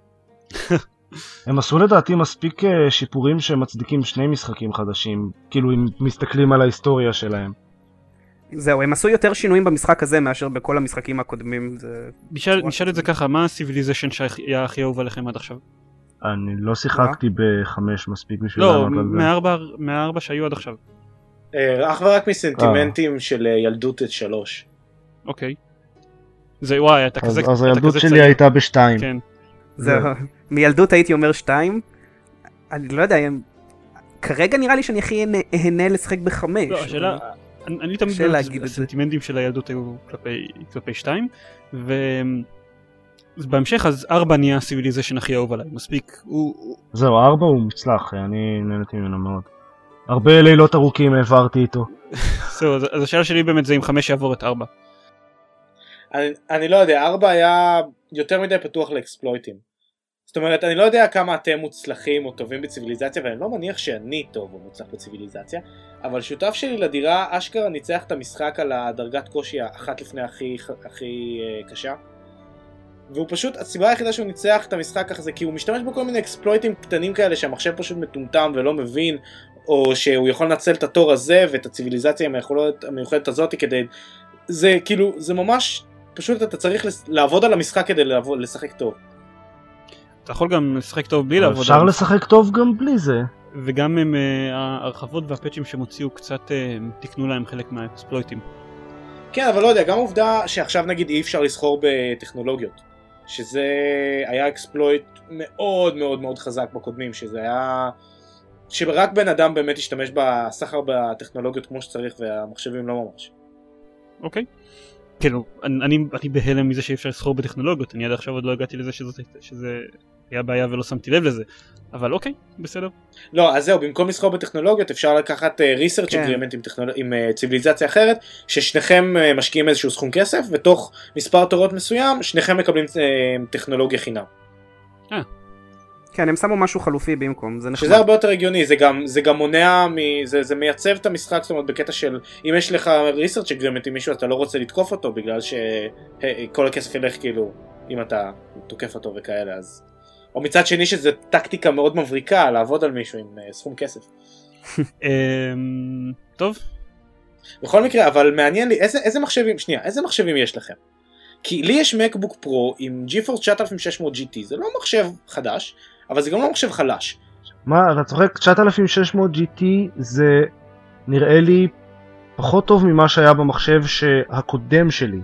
הם עשו לדעתי מספיק שיפורים שמצדיקים שני משחקים חדשים, כאילו אם מסתכלים על ההיסטוריה שלהם. זהו, הם עשו יותר שינויים במשחק הזה מאשר בכל המשחקים הקודמים. נשאל את זה ככה, מה הסיביליזיישן שהיה הכי אהוב עליכם עד עכשיו? אני לא שיחקתי בחמש מספיק בשביל לענות על זה. לא, מהארבע שהיו עד עכשיו. אך ורק מסנטימנטים של ילדות את שלוש. אוקיי. זה וואי, אתה כזה... אז הילדות שלי הייתה בשתיים. כן. זהו, מילדות הייתי אומר שתיים. אני לא יודע, כרגע נראה לי שאני הכי אהנה לשחק בחמש. לא, השאלה... אני תמיד הסנטימנטים של הילדות היו כלפי שתיים, ובהמשך אז ארבע נהיה הסיביליזיישן הכי אהוב עליי, מספיק. זהו, ארבע הוא מצלח, אני נהנתי ממנו מאוד. הרבה לילות ארוכים העברתי איתו. זהו, אז השאלה שלי באמת זה אם חמש יעבור את ארבע. אני לא יודע, ארבע היה יותר מדי פתוח לאקספלויטים. זאת אומרת, אני לא יודע כמה אתם מוצלחים או טובים בציביליזציה, ואני לא מניח שאני טוב או מוצלח בציביליזציה, אבל שותף שלי לדירה אשכרה ניצח את המשחק על הדרגת קושי האחת לפני הכי, הכי uh, קשה. והוא פשוט, הסיבה היחידה שהוא ניצח את המשחק ככה זה כי הוא משתמש בכל מיני אקספלויטים קטנים כאלה שהמחשב פשוט מטומטם ולא מבין, או שהוא יכול לנצל את התור הזה ואת הציביליזציה המיוחדת הזאת כדי... זה כאילו, זה ממש, פשוט אתה צריך לעבוד על המשחק כדי לעבוד, לשחק טוב. אתה יכול גם לשחק טוב בלי לעבוד. אפשר לשחק טוב גם בלי זה. וגם הם, ההרחבות והפאצ'ים שהם הוציאו קצת תקנו להם חלק מהאקספלויטים. כן, אבל לא יודע, גם עובדה שעכשיו נגיד אי אפשר לסחור בטכנולוגיות. שזה היה אקספלויט מאוד מאוד מאוד חזק בקודמים, שזה היה שרק בן אדם באמת ישתמש בסחר בטכנולוגיות כמו שצריך, והמחשבים לא ממש. אוקיי. כאילו, אני, אני, אני בהלם מזה שאי אפשר לסחור בטכנולוגיות, אני עד עכשיו עוד לא הגעתי לזה שזה, שזה היה בעיה ולא שמתי לב לזה, אבל אוקיי, בסדר. לא, אז זהו, במקום לסחור בטכנולוגיות אפשר לקחת uh, research כן. agreement עם, טכנול... עם uh, ציביליזציה אחרת, ששניכם uh, משקיעים איזשהו סכום כסף, ותוך מספר תורות מסוים, שניכם מקבלים uh, טכנולוגיה חינם. אה. כן, הם שמו משהו חלופי במקום, זה נחמד. שזה הרבה יותר הגיוני, זה גם, זה גם מונע, מ, זה, זה מייצב את המשחק, זאת אומרת, בקטע של, אם יש לך research agreement עם מישהו, אתה לא רוצה לתקוף אותו, בגלל שכל הכסף ילך כאילו, אם אתה תוקף אותו וכאלה, אז... או מצד שני שזה טקטיקה מאוד מבריקה, לעבוד על מישהו עם uh, סכום כסף. טוב. בכל מקרה, אבל מעניין לי, איזה, איזה מחשבים, שנייה, איזה מחשבים יש לכם? כי לי יש מקבוק פרו עם GeForce תשעת אלפים ושש מאות ג'י טי, זה לא מחשב חדש, אבל זה גם לא מחשב חלש. מה, אתה צוחק? תשעת אלפים ושש מאות ג'י טי זה נראה לי פחות טוב ממה שהיה במחשב הקודם שלי.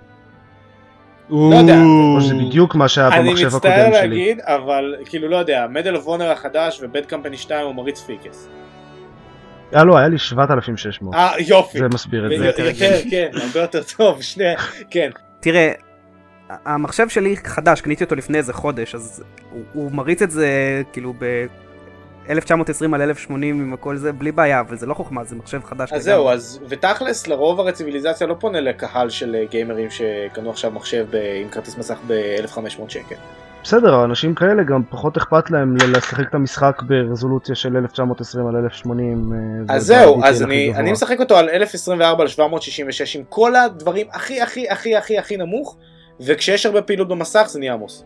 לא יודע. או שזה בדיוק מה שהיה במחשב הקודם שלי. אני מצטער להגיד, אבל כאילו לא יודע, מדל אוף אונר החדש ובד קמפני שתיים הוא מריץ פיקס. אה לא, היה לי שבעת אלפים ושש מאות. אה יופי. זה מסביר את זה. יותר, כן, הרבה יותר טוב, שני, כן. תראה, המחשב שלי חדש, קניתי אותו לפני איזה חודש, אז הוא, הוא מריץ את זה כאילו ב-אלף תשע מאות עשרים על אלף שמונים עם הכל זה, בלי בעיה, אבל זה לא חוכמה, זה מחשב חדש. אז זהו, אז ותכלס לרוב הרי ציביליזציה לא פונה לקהל של גיימרים שקנו עכשיו מחשב עם כרטיס מסך ב-אלף וחמש מאות שקל. בסדר, אנשים כאלה גם פחות אכפת להם לשחק את המשחק ברזולוציה של אלף תשע מאות עשרים על אלף שמונים. אז זהו, אז אני, אני משחק אותו על אלף עשרים וארבע על שבע מאות שישים ושש עם כל הדברים הכי הכי הכי הכי הכי נמוך, וכשיש הרבה פעילות במסך זה נהיה עמוס.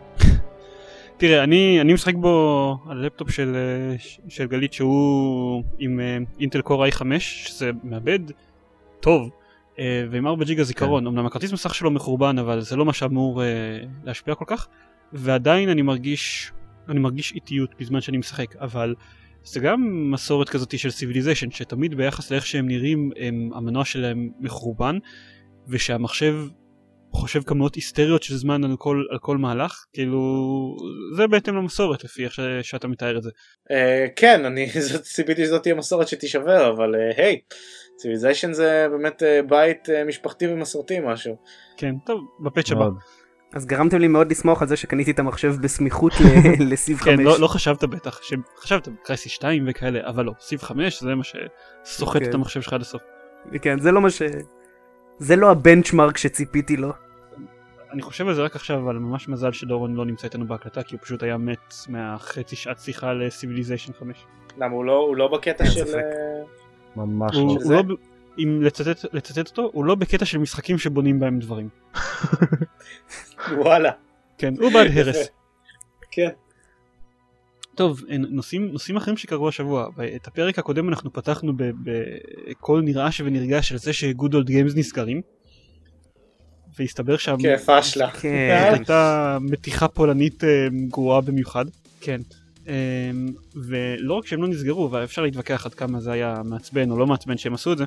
תראה, אני, אני משחק בו על לפטופ של, של גלית שהוא עם אינטל קור איי חמש, שזה מעבד טוב, ועם ארבע ג'יגה זיכרון. אמנם הכרטיס מסך שלו מחורבן, אבל זה לא מה שאמור להשפיע כל כך, ועדיין אני מרגיש, אני מרגיש איטיות בזמן שאני משחק, אבל זה גם מסורת כזאת של סיביליזיישן, שתמיד ביחס לאיך שהם נראים, הם, המנוע שלהם מחורבן, ושהמחשב חושב כמות היסטריות של זמן על כל, על כל מהלך, כאילו זה בהתאם למסורת לפי איך ש, שאתה מתאר את זה. Uh, כן, אני ציפיתי שזאת תהיה מסורת שתישבר, אבל היי, uh, ציביליזיישן זה באמת uh, בית uh, משפחתי ומסורתי משהו. כן, טוב, בפאץ' הבא. אז גרמתם לי מאוד לסמוך על זה שקניתי את המחשב בסמיכות לסיב חמש. כן, לא, לא חשבת בטח, חשבת קרייסיס שתיים וכאלה, אבל לא, סיב חמש זה מה שסוחט את המחשב שלך עד הסוף. כן, זה לא מה ש... זה לא הבנצ'מרק שציפיתי לו. אני חושב על זה רק עכשיו, אבל ממש מזל שדורון לא נמצא איתנו בהקלטה, כי הוא פשוט היה מת מהחצי שעת שיחה לסיביליזיישן חמש. למה, הוא לא, הוא לא בקטע של... ממש הוא, לא. הוא לא. אם לצטט, לצטט אותו, הוא לא בקטע של משחקים שבונים בהם דברים. וואלה. כן, הוא בעד הרס. כן. טוב, נושאים, נושאים אחרים שקרו השבוע. את הפרק הקודם אנחנו פתחנו בכל נרעש ונרגש של זה ש-Good Old Games נסגרים. והסתבר שם... כיף אשלה. כן. הייתה מתיחה פולנית גרועה במיוחד. כן. ולא רק שהם לא נסגרו, ואפשר להתווכח עד כמה זה היה מעצבן או לא מעצבן שהם עשו את זה.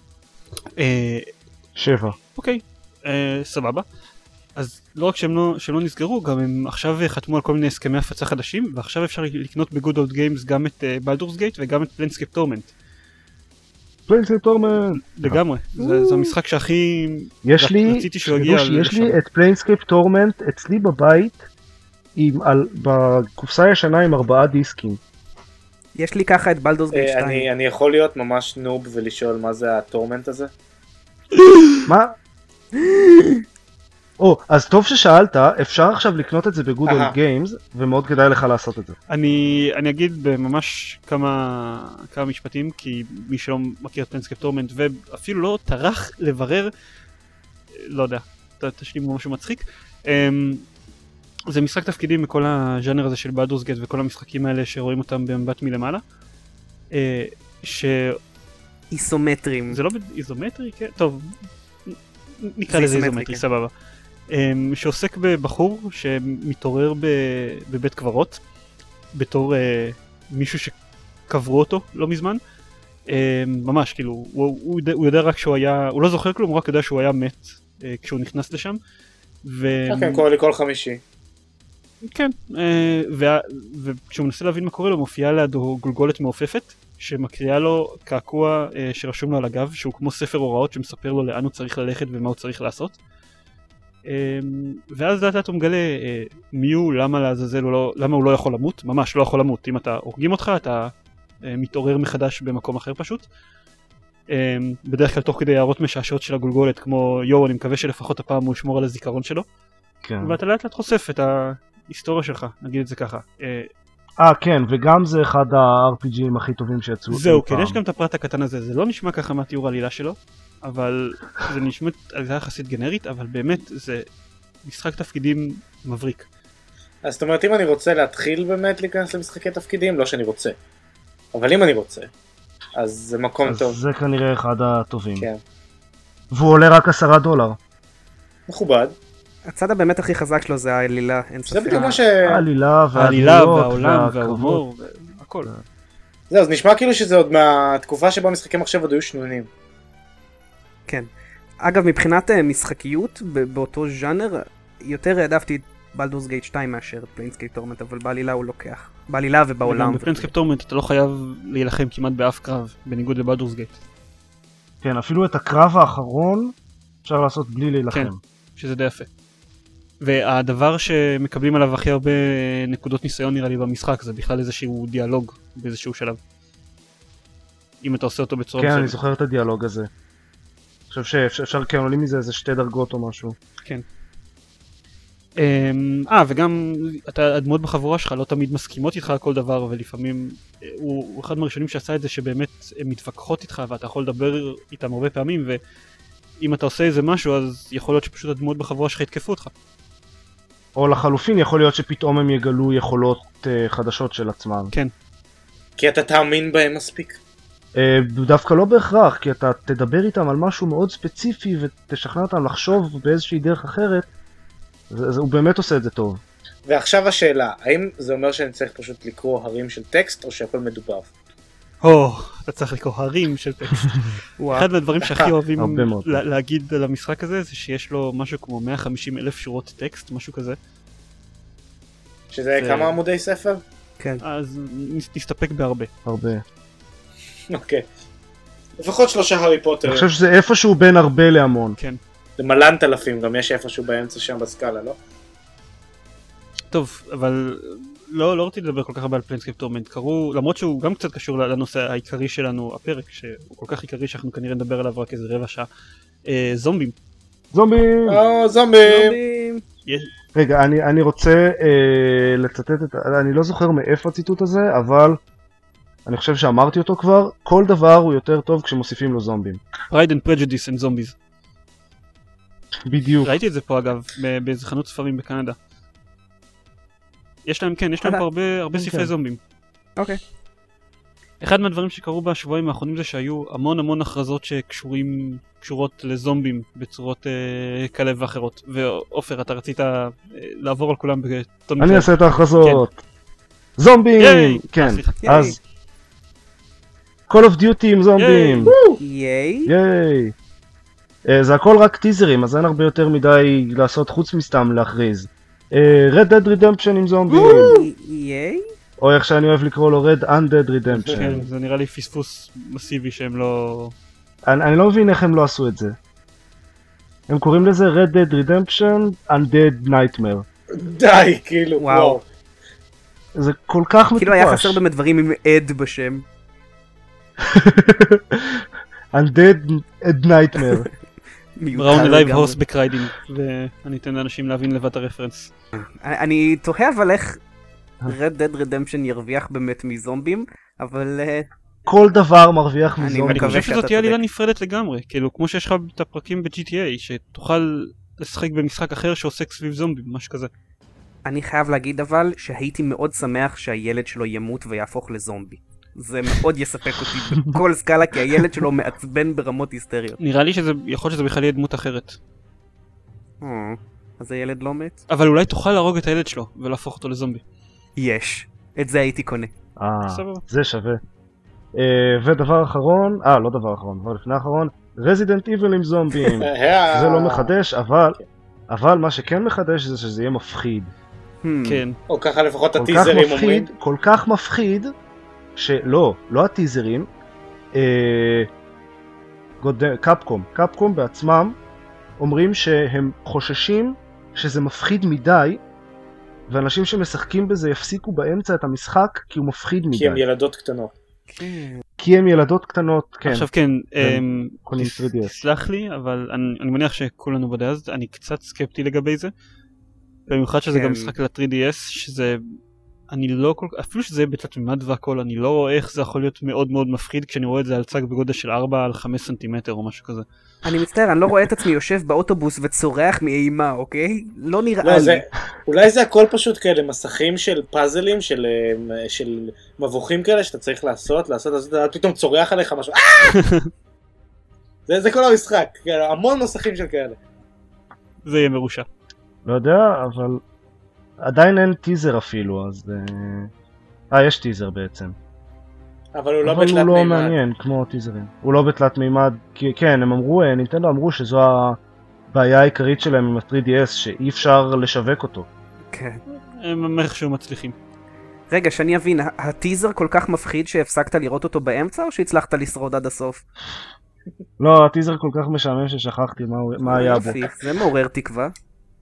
שבע. אוקיי, סבבה. אז לא רק שהם לא, שהם לא נסגרו, גם הם עכשיו חתמו על כל מיני הסכמי הפצה חדשים, ועכשיו אפשר לקנות ב-Good Old Games גם את Baldur's Gate וגם את Planescape Torment. Planescape Torment! לגמרי, זה, זה המשחק שהכי יש לי, רציתי שהוא יגיע לשם. יש לי את Planescape Torment אצלי בבית, עם, על, בקופסה הישנה עם ארבעה דיסקים. יש לי ככה את Baldur's Gate שתיים. אני, אני יכול להיות ממש נוב ולשאול מה זה הטורמנט הזה? מה? או, אז טוב ששאלת, אפשר עכשיו לקנות את זה ב-Good Old Games, ומאוד כדאי לך לעשות את זה. אני, אני אגיד בממש כמה, כמה משפטים, כי מי שלא מכיר את Planescape Torment, ואפילו לא טרח לברר, לא יודע, תשלים משהו מצחיק, זה משחק תפקידים מכל הז'אנר הזה של Baldur's Gate, וכל המשחקים האלה שרואים אותם במבט מלמעלה, ש... איסומטרים. זה לא איזומטרי, כן? טוב, נקרא לזה איזומטרי, סבבה. שעוסק בבחור שמתעורר בבית קברות בתור מישהו שקברו אותו לא מזמן, ממש כאילו הוא, הוא יודע רק שהוא היה, הוא לא זוכר כלום, הוא רק יודע שהוא היה מת כשהוא נכנס לשם. כן, קורא לי כל חמישי. כן, אה, וה- וכשהוא מנסה להבין מה קורה לו, מופיעה לידו גולגולת מעופפת, שמקריאה לו קעקוע אה, שרשום לו על הגב, שהוא כמו ספר הוראות שמספר לו לאן הוא צריך ללכת ומה הוא צריך לעשות. אה, ואז לאט לאט הוא מגלה אה, מי הוא, למה לעזאזל הוא לא, למה הוא לא יכול למות, ממש לא יכול למות. אם אתה הורגים אותך, אתה אה, מתעורר מחדש במקום אחר פשוט. אה, בדרך כלל תוך כדי הערות משעשעות של הגולגולת, כמו יו, אני מקווה שלפחות הפעם הוא ישמור על הזיכרון שלו. כן. ואתה לאט לאט חושף את ההיסטוריה שלך, נגיד את זה ככה. אה, אה, כן, וגם זה אחד ה-אר פי ג'ים הכי טובים שיצאו. זהו, אי כן, פעם. יש גם את הפרט הקטן הזה, זה לא נשמע ככה מהתיאור העלילה שלו, אבל זה נשמע עלילה יחסית גנרית, אבל באמת זה משחק תפקידים מבריק. אז זאת אומרת, אם אני רוצה להתחיל באמת להיכנס למשחקי תפקידים, לא שאני רוצה. אבל אם אני רוצה, אז זה מקום אז טוב. זה כנראה אחד הטובים. כן. והוא עולה רק עשרה דולר. מכובד. הצד הבאמת הכי חזק שלו זה העלילה, אין זה ספק. בדיוק מה ש... העלילה העלילה והדמויות והעולם והקרבות. וההומור, הכל. זהו, אז נשמע כאילו שזה עוד מהתקופה שבה משחקי מחשב עוד היו שנונים. כן. אגב, מבחינת אה, משחקיות, ב- באותו ז'אנר, יותר העדפתי את בלדורס גייט שתיים מאשר את פליינסקייפ טורמנט, אבל בעלילה הוא לוקח. בעלילה ובעולם. וגם בפליינסקייפ טורמנט אתה לא חייב להילחם כמעט באף קרב, בניגוד לבלדורס גייט. כן, אפילו את הקרב האחרון אפשר לעשות בלי להילחם. כן. שזה די יפה. והדבר שמקבלים עליו הכי הרבה נקודות ניסיון נראה לי במשחק, זה בכלל איזשהו דיאלוג באיזשהו שלב. אם אתה עושה אותו בצורה כן, אני מסוימת. זוכר את הדיאלוג הזה. אני חושב שאפשר, כן, עולים מזה איזה שתי דרגות או משהו. כן. אמ, אה, וגם אתה, הדמות בחבורה שלך לא תמיד מסכימות איתך על כל דבר, ולפעמים אה, הוא, הוא אחד מהראשונים שעשה את זה שבאמת הן מתווכחות איתך ואתה יכול לדבר איתם הרבה פעמים, ואם אתה עושה איזה משהו אז יכול להיות שפשוט הדמות בחבורה שלך יתקפו אותך. או לחלופין, יכול להיות שפתאום הם יגלו יכולות uh, חדשות של עצמם. כן. כי אתה תאמין בהם מספיק. Uh, דווקא לא בהכרח, כי אתה תדבר איתם על משהו מאוד ספציפי ותשכנע אותם לחשוב באיזושהי דרך אחרת, זה, זה, הוא באמת עושה את זה טוב. ועכשיו השאלה, האם זה אומר שאני צריך פשוט לקרוא הרים של טקסט או שהכל מדובר? או, אתה צריך לקרוא הרים של טקסט. וואו. אחד מהדברים שהכי אוהבים הרבה מאוד. לה- להגיד על המשחק הזה זה שיש לו משהו כמו מאה וחמישים אלף שורות טקסט, משהו כזה. שזה זה- כמה עמודי ספר? כן. אז נס- נסתפק בהרבה. הרבה. אוקיי. לפחות שלושה הארי פוטר. אני חושב שזה איפשהו בין הרבה להמון. כן. זה מלנת אלפים, גם יש איפשהו באמצע שם בסקאלה, לא? טוב, אבל לא, לא רציתי לדבר כל כך הרבה על פליינסקייפ טורמנט. קראו, למרות שהוא גם קצת קשור לנושא העיקרי שלנו, הפרק, שהוא כל כך עיקרי שאנחנו כנראה נדבר עליו רק איזה רבע שעה. אה, זומבים. זומבים! או, זומבים! זומבים. יש, רגע, אני, אני רוצה אה, לצטט את... אני לא זוכר מאיפה הציטוט הזה, אבל אני חושב שאמרתי אותו כבר. כל דבר הוא יותר טוב כשמוסיפים לו זומבים. Pride and Prejudice and Zombies. בדיוק. ראיתי את זה פה אגב, ב- באיזה חנות ספרים בקנדה. יש להם, כן, יש להם פה הרבה, הרבה ספרי כן. זומבים. אוקיי. אחד מהדברים שקרו בשבועיים האחרונים זה שהיו המון המון הכרזות שקשורים, קשורות לזומבים בצורות אה, כאלה ואחרות. ועופר, אתה רצית אה, לעבור על כולם בטון אני מסוים. אעשה את ההכרזות. זומבים! ייי! כן, אה, סליחה. ייי. אז... Call of Duty עם זומבים! ייי. ייי! אה, זה הכל רק טיזרים, אז אין הרבה יותר מדי לעשות חוץ מסתם להכריז. אה, Red Dead Redemption עם זומבים! ייי. או איך שאני אוהב לקרוא לו Red Undead כן, Redemption. זה נראה לי פספוס מסיבי שהם לא... אני, אני לא מבין איך הם לא עשו את זה. הם קוראים לזה Red Dead Redemption Undead Nightmare. די, כאילו, וואו. וואו. זה כל כך מטופש. כאילו היה חסר באמת דברים עם עד בשם. Undead Nightmare. בראון מיותר אלייב לגמרי. הורס בקריידינג, ואני אתן לאנשים להבין לבד את הרפרנס. אני- אני תוהה אבל איך Red Dead Redemption ירוויח באמת מזומבים, אבל אה, כל דבר מרוויח אני מזומבים. אני מקווה חושב שאתה שזאת תהיה עלילה צודק. נפרדת לגמרי, כאילו כמו שיש לך את הפרקים ב-ג'י טי איי, שתוכל לשחק במשחק אחר שעוסק סביב זומבים, משהו כזה. אני חייב להגיד אבל שהייתי מאוד שמח שהילד שלו ימות ויהפוך לזומבי. זה מאוד יספק אותי בכל סקאלה, כי הילד שלו מעצבן ברמות היסטריות. נראה לי שזה, יכול שזה בכלל יהיה דמות אחרת. אה, אז הילד לא מת? אבל אולי תוכל להרוג את הילד שלו ולהפוך אותו לזומבי. יש. את זה הייתי קונה. אה, סבבה. זה שווה. אה, ודבר אחרון, אה, לא דבר אחרון, אבל לפני האחרון, Resident Evil עם זומבים. זה לא מחדש, אבל, אבל מה שכן מחדש זה שזה יהיה מפחיד. כן. או ככה לפחות כל כך הטיזרים אומרים. מפחיד, כל כך מפחיד, שלא, לא הטיזרים, אה, גוד- קפקום, קפקום בעצמם אומרים שהם חוששים שזה מפחיד מדי, ואנשים שמשחקים בזה יפסיקו באמצע את המשחק כי הוא מפחיד מדי. כי הם ילדות קטנות. כי הם ילדות קטנות, כן. עכשיו כן, הם אמ, קונים תס- שלוש די אס. תסלח לי, אבל אני אני מניח שכולנו בדעה הזאת, אני קצת סקפטי לגבי זה. במיוחד שזה כן. גם משחק ל-תרי די אס, שזה... אני לא כל כך... אפילו שזה בתלת מימד והכל, אני לא רואה איך זה יכול להיות מאוד מאוד מפחיד כשאני רואה את זה על צג בגודל של ארבע על חמש סנטימטר או משהו כזה. אני מצטער, אני לא רואה את עצמי יושב באוטובוס וצורח מאימה, אוקיי? לא נראה לא, לי. זה, אולי זה הכל פשוט כאלה מסכים של פאזלים, של, אה, של מבוכים כאלה שאתה צריך לעשות, לעשות, לעשות, לעשות, פתאום צורח עליך משהו, "אה!" זה, זה כל המשחק, כאילו, המון מסכים של כאלה. זה יהיה מרושע. לא יודע, אבל עדיין אין טיזר אפילו, אז... אה, אה, יש טיזר בעצם. אבל הוא לא אבל בתלת הוא לא מימד. מעניין כמו טיזרים. הוא לא בתלת מימד, כי כן, הם אמרו, אה, נינטנדו אמרו שזו הבעיה העיקרית שלהם עם ה-תרי די אס, שאי אפשר לשווק אותו. כן. הם איכשהו מצליחים. רגע, שאני אבין, ה- הטיזר כל כך מפחיד שהפסקת לראות אותו באמצע, או שהצלחת לשרוד עד הסוף? לא, הטיזר כל כך משעמם ששכחתי מה, הוא- מה היה בו. יופי, זה מעורר תקווה.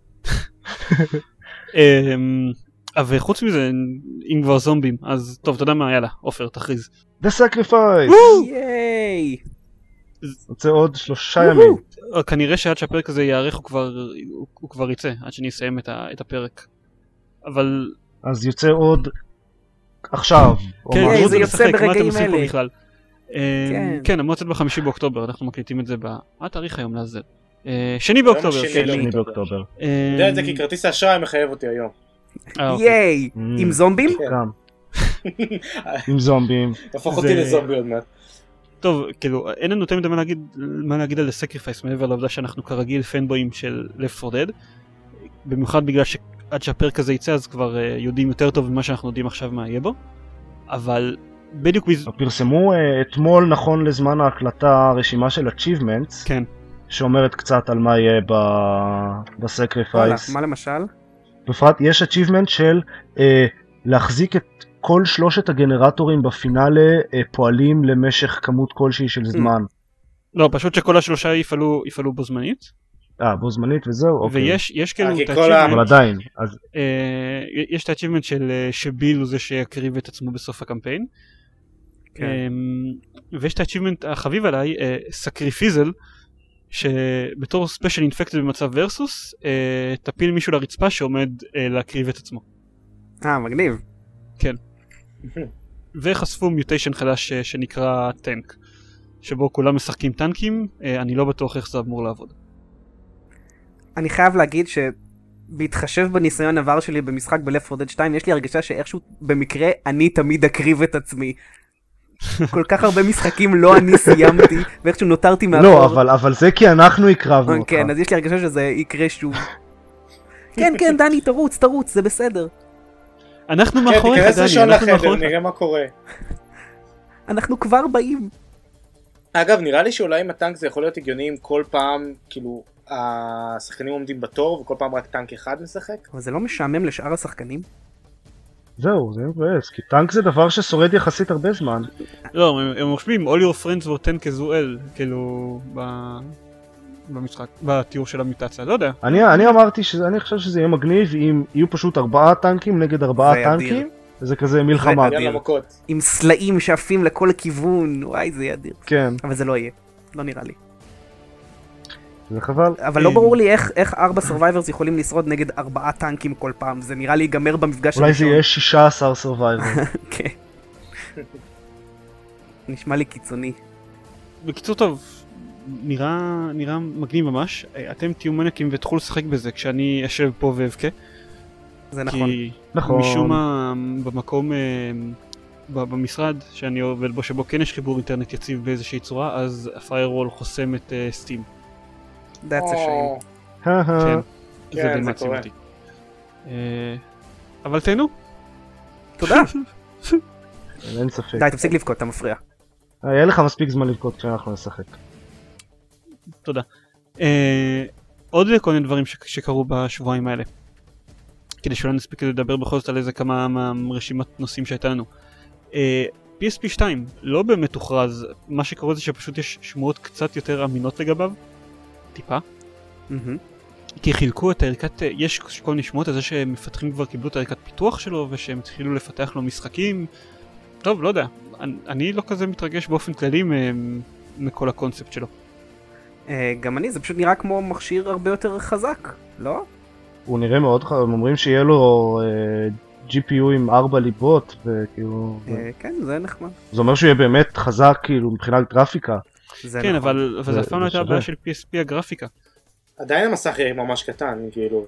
אמ, אבל חוץ מזה, אם כבר זומבים, אז טוב, אתה יודע מה, יאללה, עופר, תכריז. The Sacrifice! ייי! יוצא עוד שלושה ימים. או, כנראה שעד שהפרק הזה יארך הוא כבר, הוא, הוא כבר יצא, עד שאני אסיים את, ה, את הפרק. אבל... אז יוצא עוד עכשיו. או כן, משהו. היי, בואו זה נשחק, יוצא מה אתם ברגעים עושים פה אלה. בכלל? אמ, כן. כן, אמור לצאת בחמישי באוקטובר, אנחנו מקליטים את זה ב... מה התאריך היום לעזל? אה, שני באוקטובר. השני כן. שני באוקטובר. אמ, אני יודע את זה כי כרטיס האשראי מחייב אותי היום. אה, אוקיי. ייי! Mm. עם זומבים? גם. עם זומבים. הפוך זה- אותי לזומבי עוד מעט. טוב, כאילו, אין לנו יותר מדי מה להגיד, מה להגיד על הסקריפייס, מעבר לעובדה שאנחנו כרגיל פנבויים של Left four Dead, במיוחד בגלל שעד שהפרק הזה יצא אז כבר uh, יודעים יותר טוב ממה שאנחנו יודעים עכשיו מה יהיה בו, אבל בדיוק בז... פרסמו uh, אתמול נכון לזמן ההקלטה רשימה של achievements, כן, שאומרת קצת על מה יהיה ב... וואלה, בסקריפייס. מה למשל? בפרט יש achievement של uh, להחזיק את כל שלושת הגנרטורים בפינאלה uh, פועלים למשך כמות כלשהי של זמן. לא, פשוט שכל השלושה יפעלו, יפעלו בו זמנית, אה, בו זמנית וזהו? אוקיי. ויש יש כאילו כי את כל ה- אבל ה-achievement, עדיין, אז אה, יש את ה-achievement של אה, שביל הוא זה שיקריב את עצמו בסוף הקמפיין, כן. אמ, ויש את ה-achievement החביב עליי, סקריפיזל, שבתור ספיישל אינפקטד במצב ורסוס, אה, תפיל מישהו לרצפה שעומד אה, להקריב את עצמו. אה, מגניב. וחשפו מיוטיישן חדש אה, שנקרא טנק, שבו כולם משחקים טנקים, אה, אני לא בטוח איך זה אמור לעבוד. אני חייב להגיד שבהתחשב בניסיון עבר שלי במשחק ב-Left four Dead שתיים, יש לי הרגשה שאיכשהו במקרה אני תמיד אקריב את עצמי. כל כך הרבה משחקים לא אני סיימתי, ואיכשהו נותרתי מאחור. לא, אבל, אבל זה כי אנחנו הקרבנו אותך. כן, אז יש לי הרגשה שזה יקרה שוב. כן, כן, דני, תרוץ, תרוץ, זה בסדר. אנחנו כן, מאחוריך, תיכנס דני, ראשון אנחנו לחדר, מאחוריך. נראה מה קורה. אנחנו כבר באים. אגב, נראה לי שאולי עם הטנק זה יכול להיות הגיוני אם כל פעם, כאילו, השחקנים עומדים בתור וכל פעם רק טנק אחד משחק. אבל זה לא משעמם לשאר השחקנים? זהו, זה מבאס, כי טנק זה דבר ששורד יחסית הרבה זמן. לא, הם, הם רושמים all your friends were tank as well, כאילו, ב... במשחק, בתיאור של המיוטציה, לא יודע. אני, אני אמרתי שאני חושב שזה יהיה מגניב אם יהיו פשוט ארבעה טנקים נגד ארבעה זה אדיר. טנקים, וזה כזה מלחמה. אדיר. יאללה מכות. עם סלעים שעפים לכל כיוון, וואי, זה יהיה אדיר. כן, אבל זה לא יהיה, לא נראה לי. זה חבל. אבל לא ברור לי איך, איך ארבע סרווייברס יכולים לשרוד נגד ארבעה טנקים כל פעם, זה נראה לי ייגמר במפגש אולי זה יהיה שישה עשר סרווייבר. כן. נשמע לי קיצוני. בקיצור טוב, נראה, נראה מגניב ממש. אתם תהיו מניאקים ותוכלו לשחק בזה כשאני אשב פה ואבכה. זה נכון. כי נכון. משום מה במקום, אה, ב- במשרד שאני עובד בו שבו כן יש חיבור אינטרנט יציב באיזושהי צורה, אז הפיירוול חוסם את סטים. That's a shame. הא, הא. כן, כן, זה די זה מעציב קורה. אותי. אה, אבל תהנו. תודה. אין ספק. די, תפסיק לבכות, אתה מפריע. יהיה לך מספיק זמן לבכות כשאנחנו נשחק. תודה. אה, עוד כל מיני דברים ש- שקרו בשבועיים האלה. כדי שאולי נספיק לדבר בכל זאת על איזה כמה מהרשימת נושאים שהייתה לנו. פי אס פי שתיים לא באמת הוכרז, מה שקורה זה שפשוט יש שמועות קצת יותר אמינות לגביו, טיפה. כי חילקו את הערכת, יש כל מיני שמועות על זה שמפתחים כבר קיבלו את הערכת פיתוח שלו ושהם התחילו לפתח לו משחקים. טוב, לא יודע, אני, אני לא כזה מתרגש באופן כללי מכל הקונספט שלו. גם אני, זה פשוט נראה כמו מכשיר הרבה יותר חזק, לא? הוא נראה מאוד חזק, הם אומרים שיהיה לו ג'י פי יו עם ארבע ליבות, וכאילו... כן, זה נחמד. זה אומר שהוא יהיה באמת חזק, כאילו, מבחינת גרפיקה. כן, אבל זה אף פעם לא הייתה הבעיה של פי אס פי הגרפיקה. עדיין המסך יהיה ממש קטן, כאילו...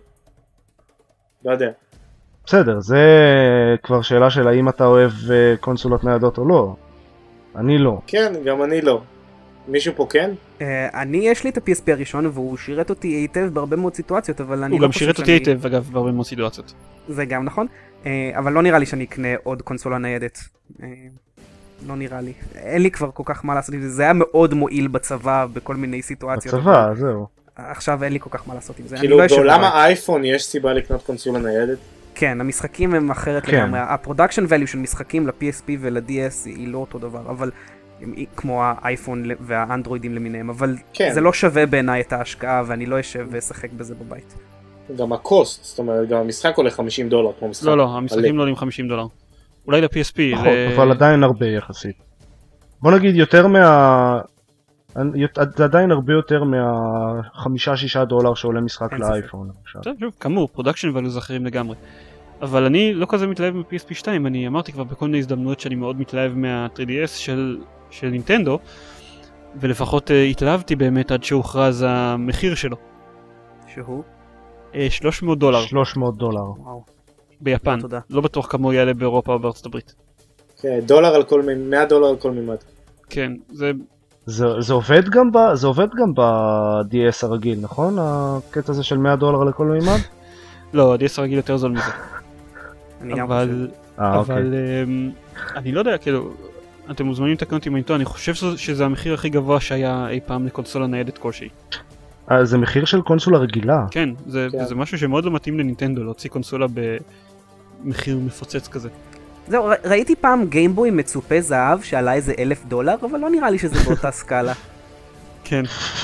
לא יודע. בסדר, זה כבר שאלה של האם אתה אוהב קונסולות ניידות או לא. אני לא. כן, גם אני לא. מישהו פה כן? אני, יש לי את ה-פי אס פי הראשון והוא שירת אותי היטב בהרבה מאוד סיטואציות, אבל אני הוא גם שירת אותי היטב, אגב, בהרבה מאוד סיטואציות. זה גם נכון, אבל לא נראה לי שאני אקנה עוד קונסולה ניידת. לא נראה לי. אין לי כבר כל כך מה לעשות עם זה. זה היה מאוד מועיל בצבא בכל מיני סיטואציות. בצבא, זהו. עכשיו אין לי כל כך מה לעשות עם זה. כאילו בעולם האייפון יש סיבה לקנות קונסולה ניידת? כן, המשחקים הם אחרת לגמרי. הפרודקשן ואליו של משחקים ל-פי אס פי ול-די אס היא לא אותו דבר, אבל כמו האייפון והאנדרואידים למיניהם, אבל זה לא שווה בעיניי את ההשקעה ואני לא אשב ואשחק בזה בבית. גם הקוסט, זאת אומרת, גם המשחק עולה חמישים דולר כמו משחק. לא, לא, המשחקים לא עולים חמישים דולר. אולי ל-פי אס פי. אבל עדיין הרבה יחסית. בוא נגיד יותר מה... זה עדיין הרבה יותר מה-חמישה שישה דולר שעולה משחק לאייפון. טוב, שוב, כאמור, פרודקשן ואלוז אחרים לגמרי. אבל אני לא כזה מתלהב מ-פי אס פי שתיים, אני אמרתי כבר בכל מיני הזדמנויות שאני מאוד מתלהב מה-טרי די אס של, של נינטנדו, ולפחות uh, התלהבתי באמת עד שהוכרז המחיר שלו. שהוא? Uh, שלוש מאות דולר. שלוש מאות דולר. וואו. ביפן. תודה. לא בטוח כמה יעלה באירופה או בארצות הברית. כן, דולר על כל מימד, מאה דולר על כל מימד. כן, זה... זה, זה עובד גם ב, זה עובד גם ב-די אס הרגיל, נכון? הקטע הזה של מאה דולר לכל מימד? לא, ה-די אס הרגיל יותר זול מזה. אני גם אבל, אבל אני לא יודע, כאילו, אתם מוזמנים לתקן אותי אם אני חושב שזה המחיר הכי גבוה שהיה אי פעם לקונסולה ניידת כלשהי. זה מחיר של קונסולה רגילה. כן, זה, זה משהו שמאוד לא מתאים לנינטנדו, להוציא קונסולה במחיר מפוצץ כזה. זהו, ראיתי פעם גיימבוי מצופה זהב שעלה איזה אלף דולר, אבל לא נראה לי שזה באותה סקאלה. כן.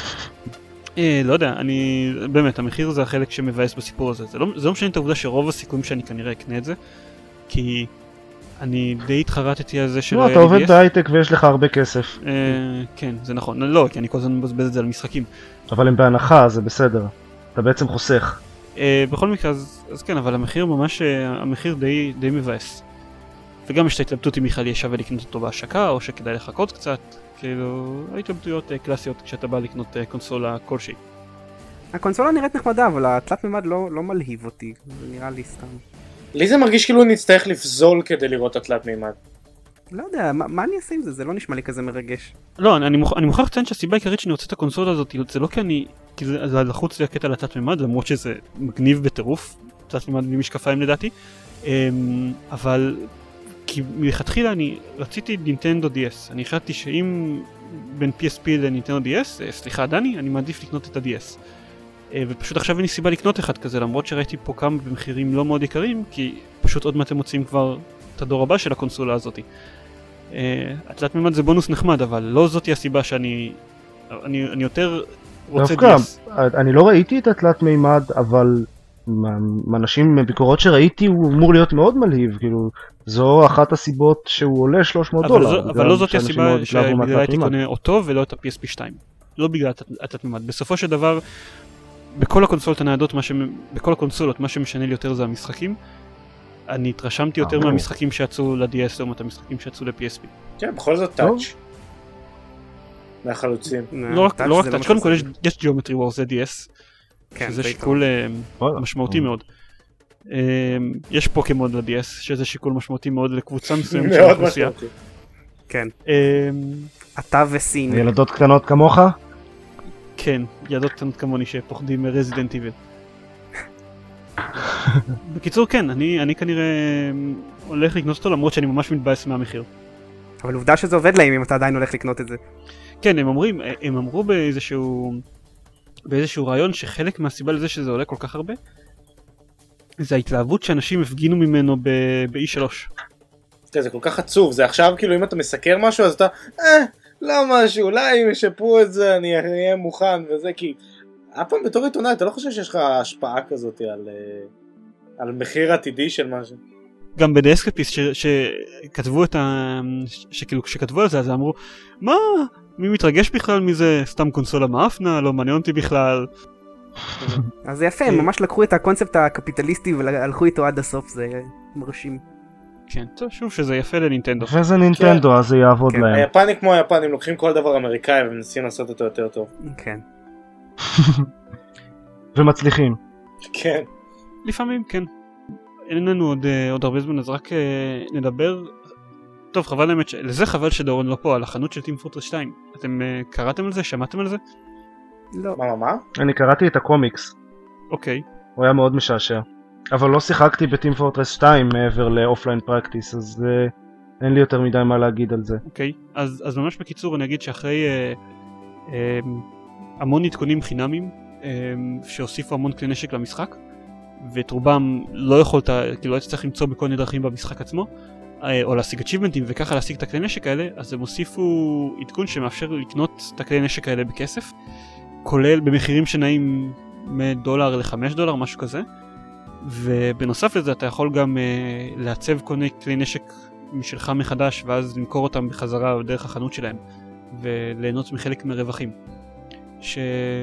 אה, לא יודע, אני... באמת, המחיר זה החלק שמבאס בסיפור הזה. זה לא, זה לא משנה את העובדה שרוב הסיכויים שאני כנראה אקנה את זה, כי אני די התחרטתי על זה של לא, אתה עובד בהייטק ויש לך הרבה כסף. אה, כן, זה נכון. לא, כי אני כל הזמן מבזבז את זה על משחקים. אבל הם בהנחה, זה בסדר. אתה בעצם חוסך. אה, בכל מקרה, אז, אז כן, אבל המחיר ממש, המחיר די, די מבאס. וגם יש את ההתלבטות אם בכלל יהיה שווה לקנות אותו בהשקה, או שכדאי לחכות קצת. כאילו, ההתלבטויות קלאסיות כשאתה בא לקנות קונסולה כלשהי. הקונסולה נראית נחמדה, אבל התלת מימד לא, לא מלהיב אותי, זה נראה לי סתם. לי זה מרגיש כאילו נצטרך לפזול כדי לראות את התלת מימד. לא יודע, מה, מה אני אעשה עם זה? זה לא נשמע לי כזה מרגש. לא, אני, אני מוכרח לציין שהסיבה העיקרית שאני רוצה את הקונסולה הזאת, זה לא כי אני, כי זה, זה לחוץ לי הקטע לתת מימד, למרות שזה מגניב בטירוף, תת מימד בלי משקפיים לדעתי, אבל כי מלכתחילה אני רציתי נינטנדו די אס, אני החלטתי שאם בין פי אס פי לנינטנדו די אס, סליחה דני, אני מעדיף לקנות את ה-די אס. ופשוט עכשיו אין לי סיבה לקנות אחד כזה, למרות שראיתי פה כמה במחירים לא מאוד יקרים, כי פשוט עוד מעט הם מוצאים כבר את הדור הבא של הקונסולה הזאתי. התלת מימד זה בונוס נחמד, אבל לא זאתי הסיבה שאני אני, אני יותר רוצה די אס. אני לא ראיתי את התלת מימד, אבל מאנשים מביקורות שראיתי הוא אמור להיות מאוד מלהיב, כאילו זו אחת הסיבות שהוא עולה שלוש מאות דולר. אבל לא זאתי הסיבה שבגלל הייתי קונה אותו ולא את ה-פי אס פי שתיים. לא בגלל התלת מימד. בסופו של דבר, בכל הקונסולות הניידות, בכל הקונסולות, מה שמשנה לי יותר זה המשחקים. אני התרשמתי יותר מהמשחקים שיצאו ל-די אס לעומת המשחקים שיצאו ל-פי אס פי. כן, בכל זאת טאץ'. מהחלוצים. לא רק טאץ', קודם כל יש Geometry Wars זה די אס, שזה שיקול משמעותי מאוד. יש פוקימון ל-די אס, שזה שיקול משמעותי מאוד לקבוצה מסוימת של האוכלוסייה. כן. אתה וסין. ילדות קטנות כמוך? כן, ילדות קטנות כמוני שפוחדים מרזידנט איבל. בקיצור כן, אני, אני כנראה הולך לקנות אותו למרות שאני ממש מתבאס מהמחיר. אבל עובדה שזה עובד להם אם אתה עדיין הולך לקנות את זה. כן, הם אומרים, הם אמרו באיזשהו, באיזשהו רעיון שחלק מהסיבה לזה שזה עולה כל כך הרבה, זה ההתלהבות שאנשים הפגינו ממנו ב-אי שלוש. זה כל כך עצוב, זה עכשיו כאילו אם אתה מסקר משהו אז אתה, אה, לא משהו, אולי אם ישפרו את זה אני אהיה מוכן וזה, כי אף פעם בתור עיתונאי אתה לא חושב שיש לך השפעה כזאת על, על מחיר עתידי של משהו. גם בדסקאפיסט שכתבו את ה... שכאילו כשכתבו על זה אז אמרו, מה? מי מתרגש בכלל מזה? סתם קונסולה מאפנה, לא מעניין אותי בכלל. אז זה יפה, הם ממש לקחו את הקונספט הקפיטליסטי והלכו איתו עד הסוף, זה מרשים. כן, טוב, שוב שזה יפה לנינטנדו. וזה נינטנדו, אז זה יעבוד להם. היפנים כמו היפנים, לוקחים כל דבר אמריקאי ומנסים לעשות אותו יותר טוב. כן. ומצליחים. כן. לפעמים, כן. אין לנו עוד, עוד הרבה זמן, אז רק נדבר. טוב, חבל האמת, לזה חבל שדורון לא פה, על החנות של טים פורטרס שתיים. אתם קראתם על זה? שמעתם על זה? לא. מה, מה, מה? אני קראתי את הקומיקס. אוקיי. הוא היה מאוד משעשע. אבל לא שיחקתי בטים פורטרס שתיים מעבר לאופליין פרקטיס, אז uh, אין לי יותר מדי מה להגיד על זה. אוקיי, אז, אז ממש בקיצור אני אגיד שאחרי uh, uh, המון עדכונים חינמים, uh, שהוסיפו המון כלי נשק למשחק, ואת רובם לא יכולת, כאילו היית צריך למצוא בכל מיני דרכים במשחק עצמו, uh, או להשיג achievementים וככה להשיג את הכלי נשק האלה, אז הם הוסיפו עדכון שמאפשר לקנות את הכלי נשק האלה בכסף, כולל במחירים שנעים מדולר לחמש דולר, משהו כזה. ובנוסף לזה אתה יכול גם uh, לעצב קוני כלי נשק משלך מחדש ואז למכור אותם בחזרה דרך החנות שלהם וליהנות מחלק מרווחים. ש...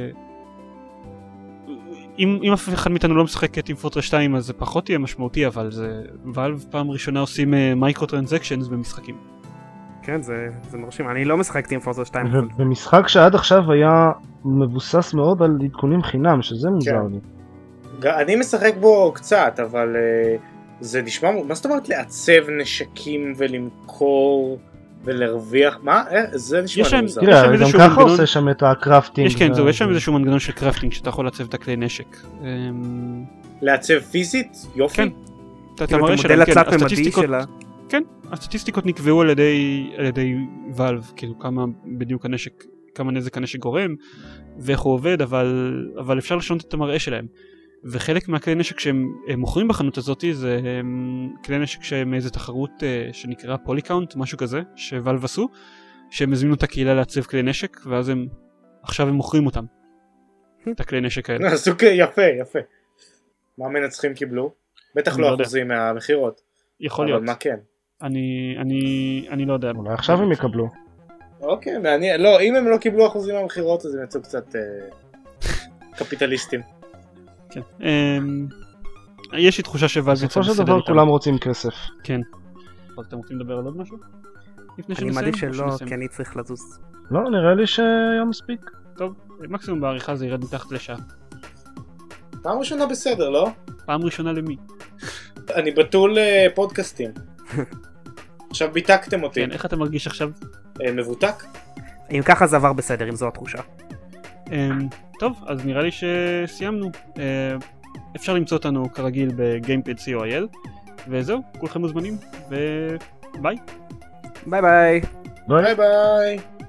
אם, אם אף אחד מאיתנו לא משחק את טים פורטרס שתיים אז זה פחות יהיה משמעותי, אבל זה ואלב פעם ראשונה עושים מייקרו טרנזקשנס במשחקים. כן, זה, זה מרשים. אני לא משחק טים פורטרס שתיים. ובמשחק שעד עכשיו היה מבוסס מאוד על עדכונים חינם, שזה מוזר לי. אני משחק בו קצת, אבל uh, זה נשמע, מה זאת אומרת לעצב נשקים ולמכור ולהרוויח, מה? זה נשמע לי מוזר. תראה, גם ככה עושה שם את הקרפטינג. יש כן, זהו, יש שם איזשהו מנגנון של קרפטינג שאתה יכול לעצב את הכלי נשק. לעצב פיזית? יופי. כן. אתה מראה שלהם, כן, הסטטיסטיקות, כן, הסטטיסטיקות נקבעו על ידי ואלב, כאילו כמה בדיוק הנשק, כמה נזק הנשק גורם, ואיך הוא עובד, אבל אפשר לשנות את המראה שלהם. וחלק מהכלי נשק שהם מוכרים בחנות הזאת זה כלי נשק שהם איזו תחרות שנקרא פוליקאונט, משהו כזה, שוואלב עשו, שהם הזמינו את הקהילה לעצב כלי נשק, ואז הם, עכשיו הם מוכרים אותם, את הכלי נשק האלה. עשו יפה, יפה. מה המנצחים קיבלו? בטח לא אחוזים מהמחירות. יכול להיות. אבל מה כן? אני, אני, אני לא יודע. אולי עכשיו הם יקבלו. אוקיי, מעניין. לא, אם הם לא קיבלו אחוזים מהמחירות, אז הם יצאו קצת קפיטליסטים. כן. יש לי תחושה שוואלב יצא בסדר איתם. בסופו של דבר כולם רוצים כסף. כן. אבל אתם רוצים לדבר על עוד משהו? אני מעדיף שלא, כי אני צריך לזוז. לא, נראה לי שהיה מספיק. טוב, מקסימום בעריכה זה ירד מתחת לשעה. פעם ראשונה בסדר, לא? פעם ראשונה למי? אני בתול פודקאסטים. עכשיו ביטקתם אותי. כן, איך אתה מרגיש עכשיו? מבוטק? אם ככה זה עבר בסדר, אם זו התחושה. טוב, אז נראה לי שסיימנו. אפשר למצוא אותנו כרגיל בגיימפד סי או איי אל, וזהו, כולכם מוזמנים, וביי. ביי ביי. ביי ביי.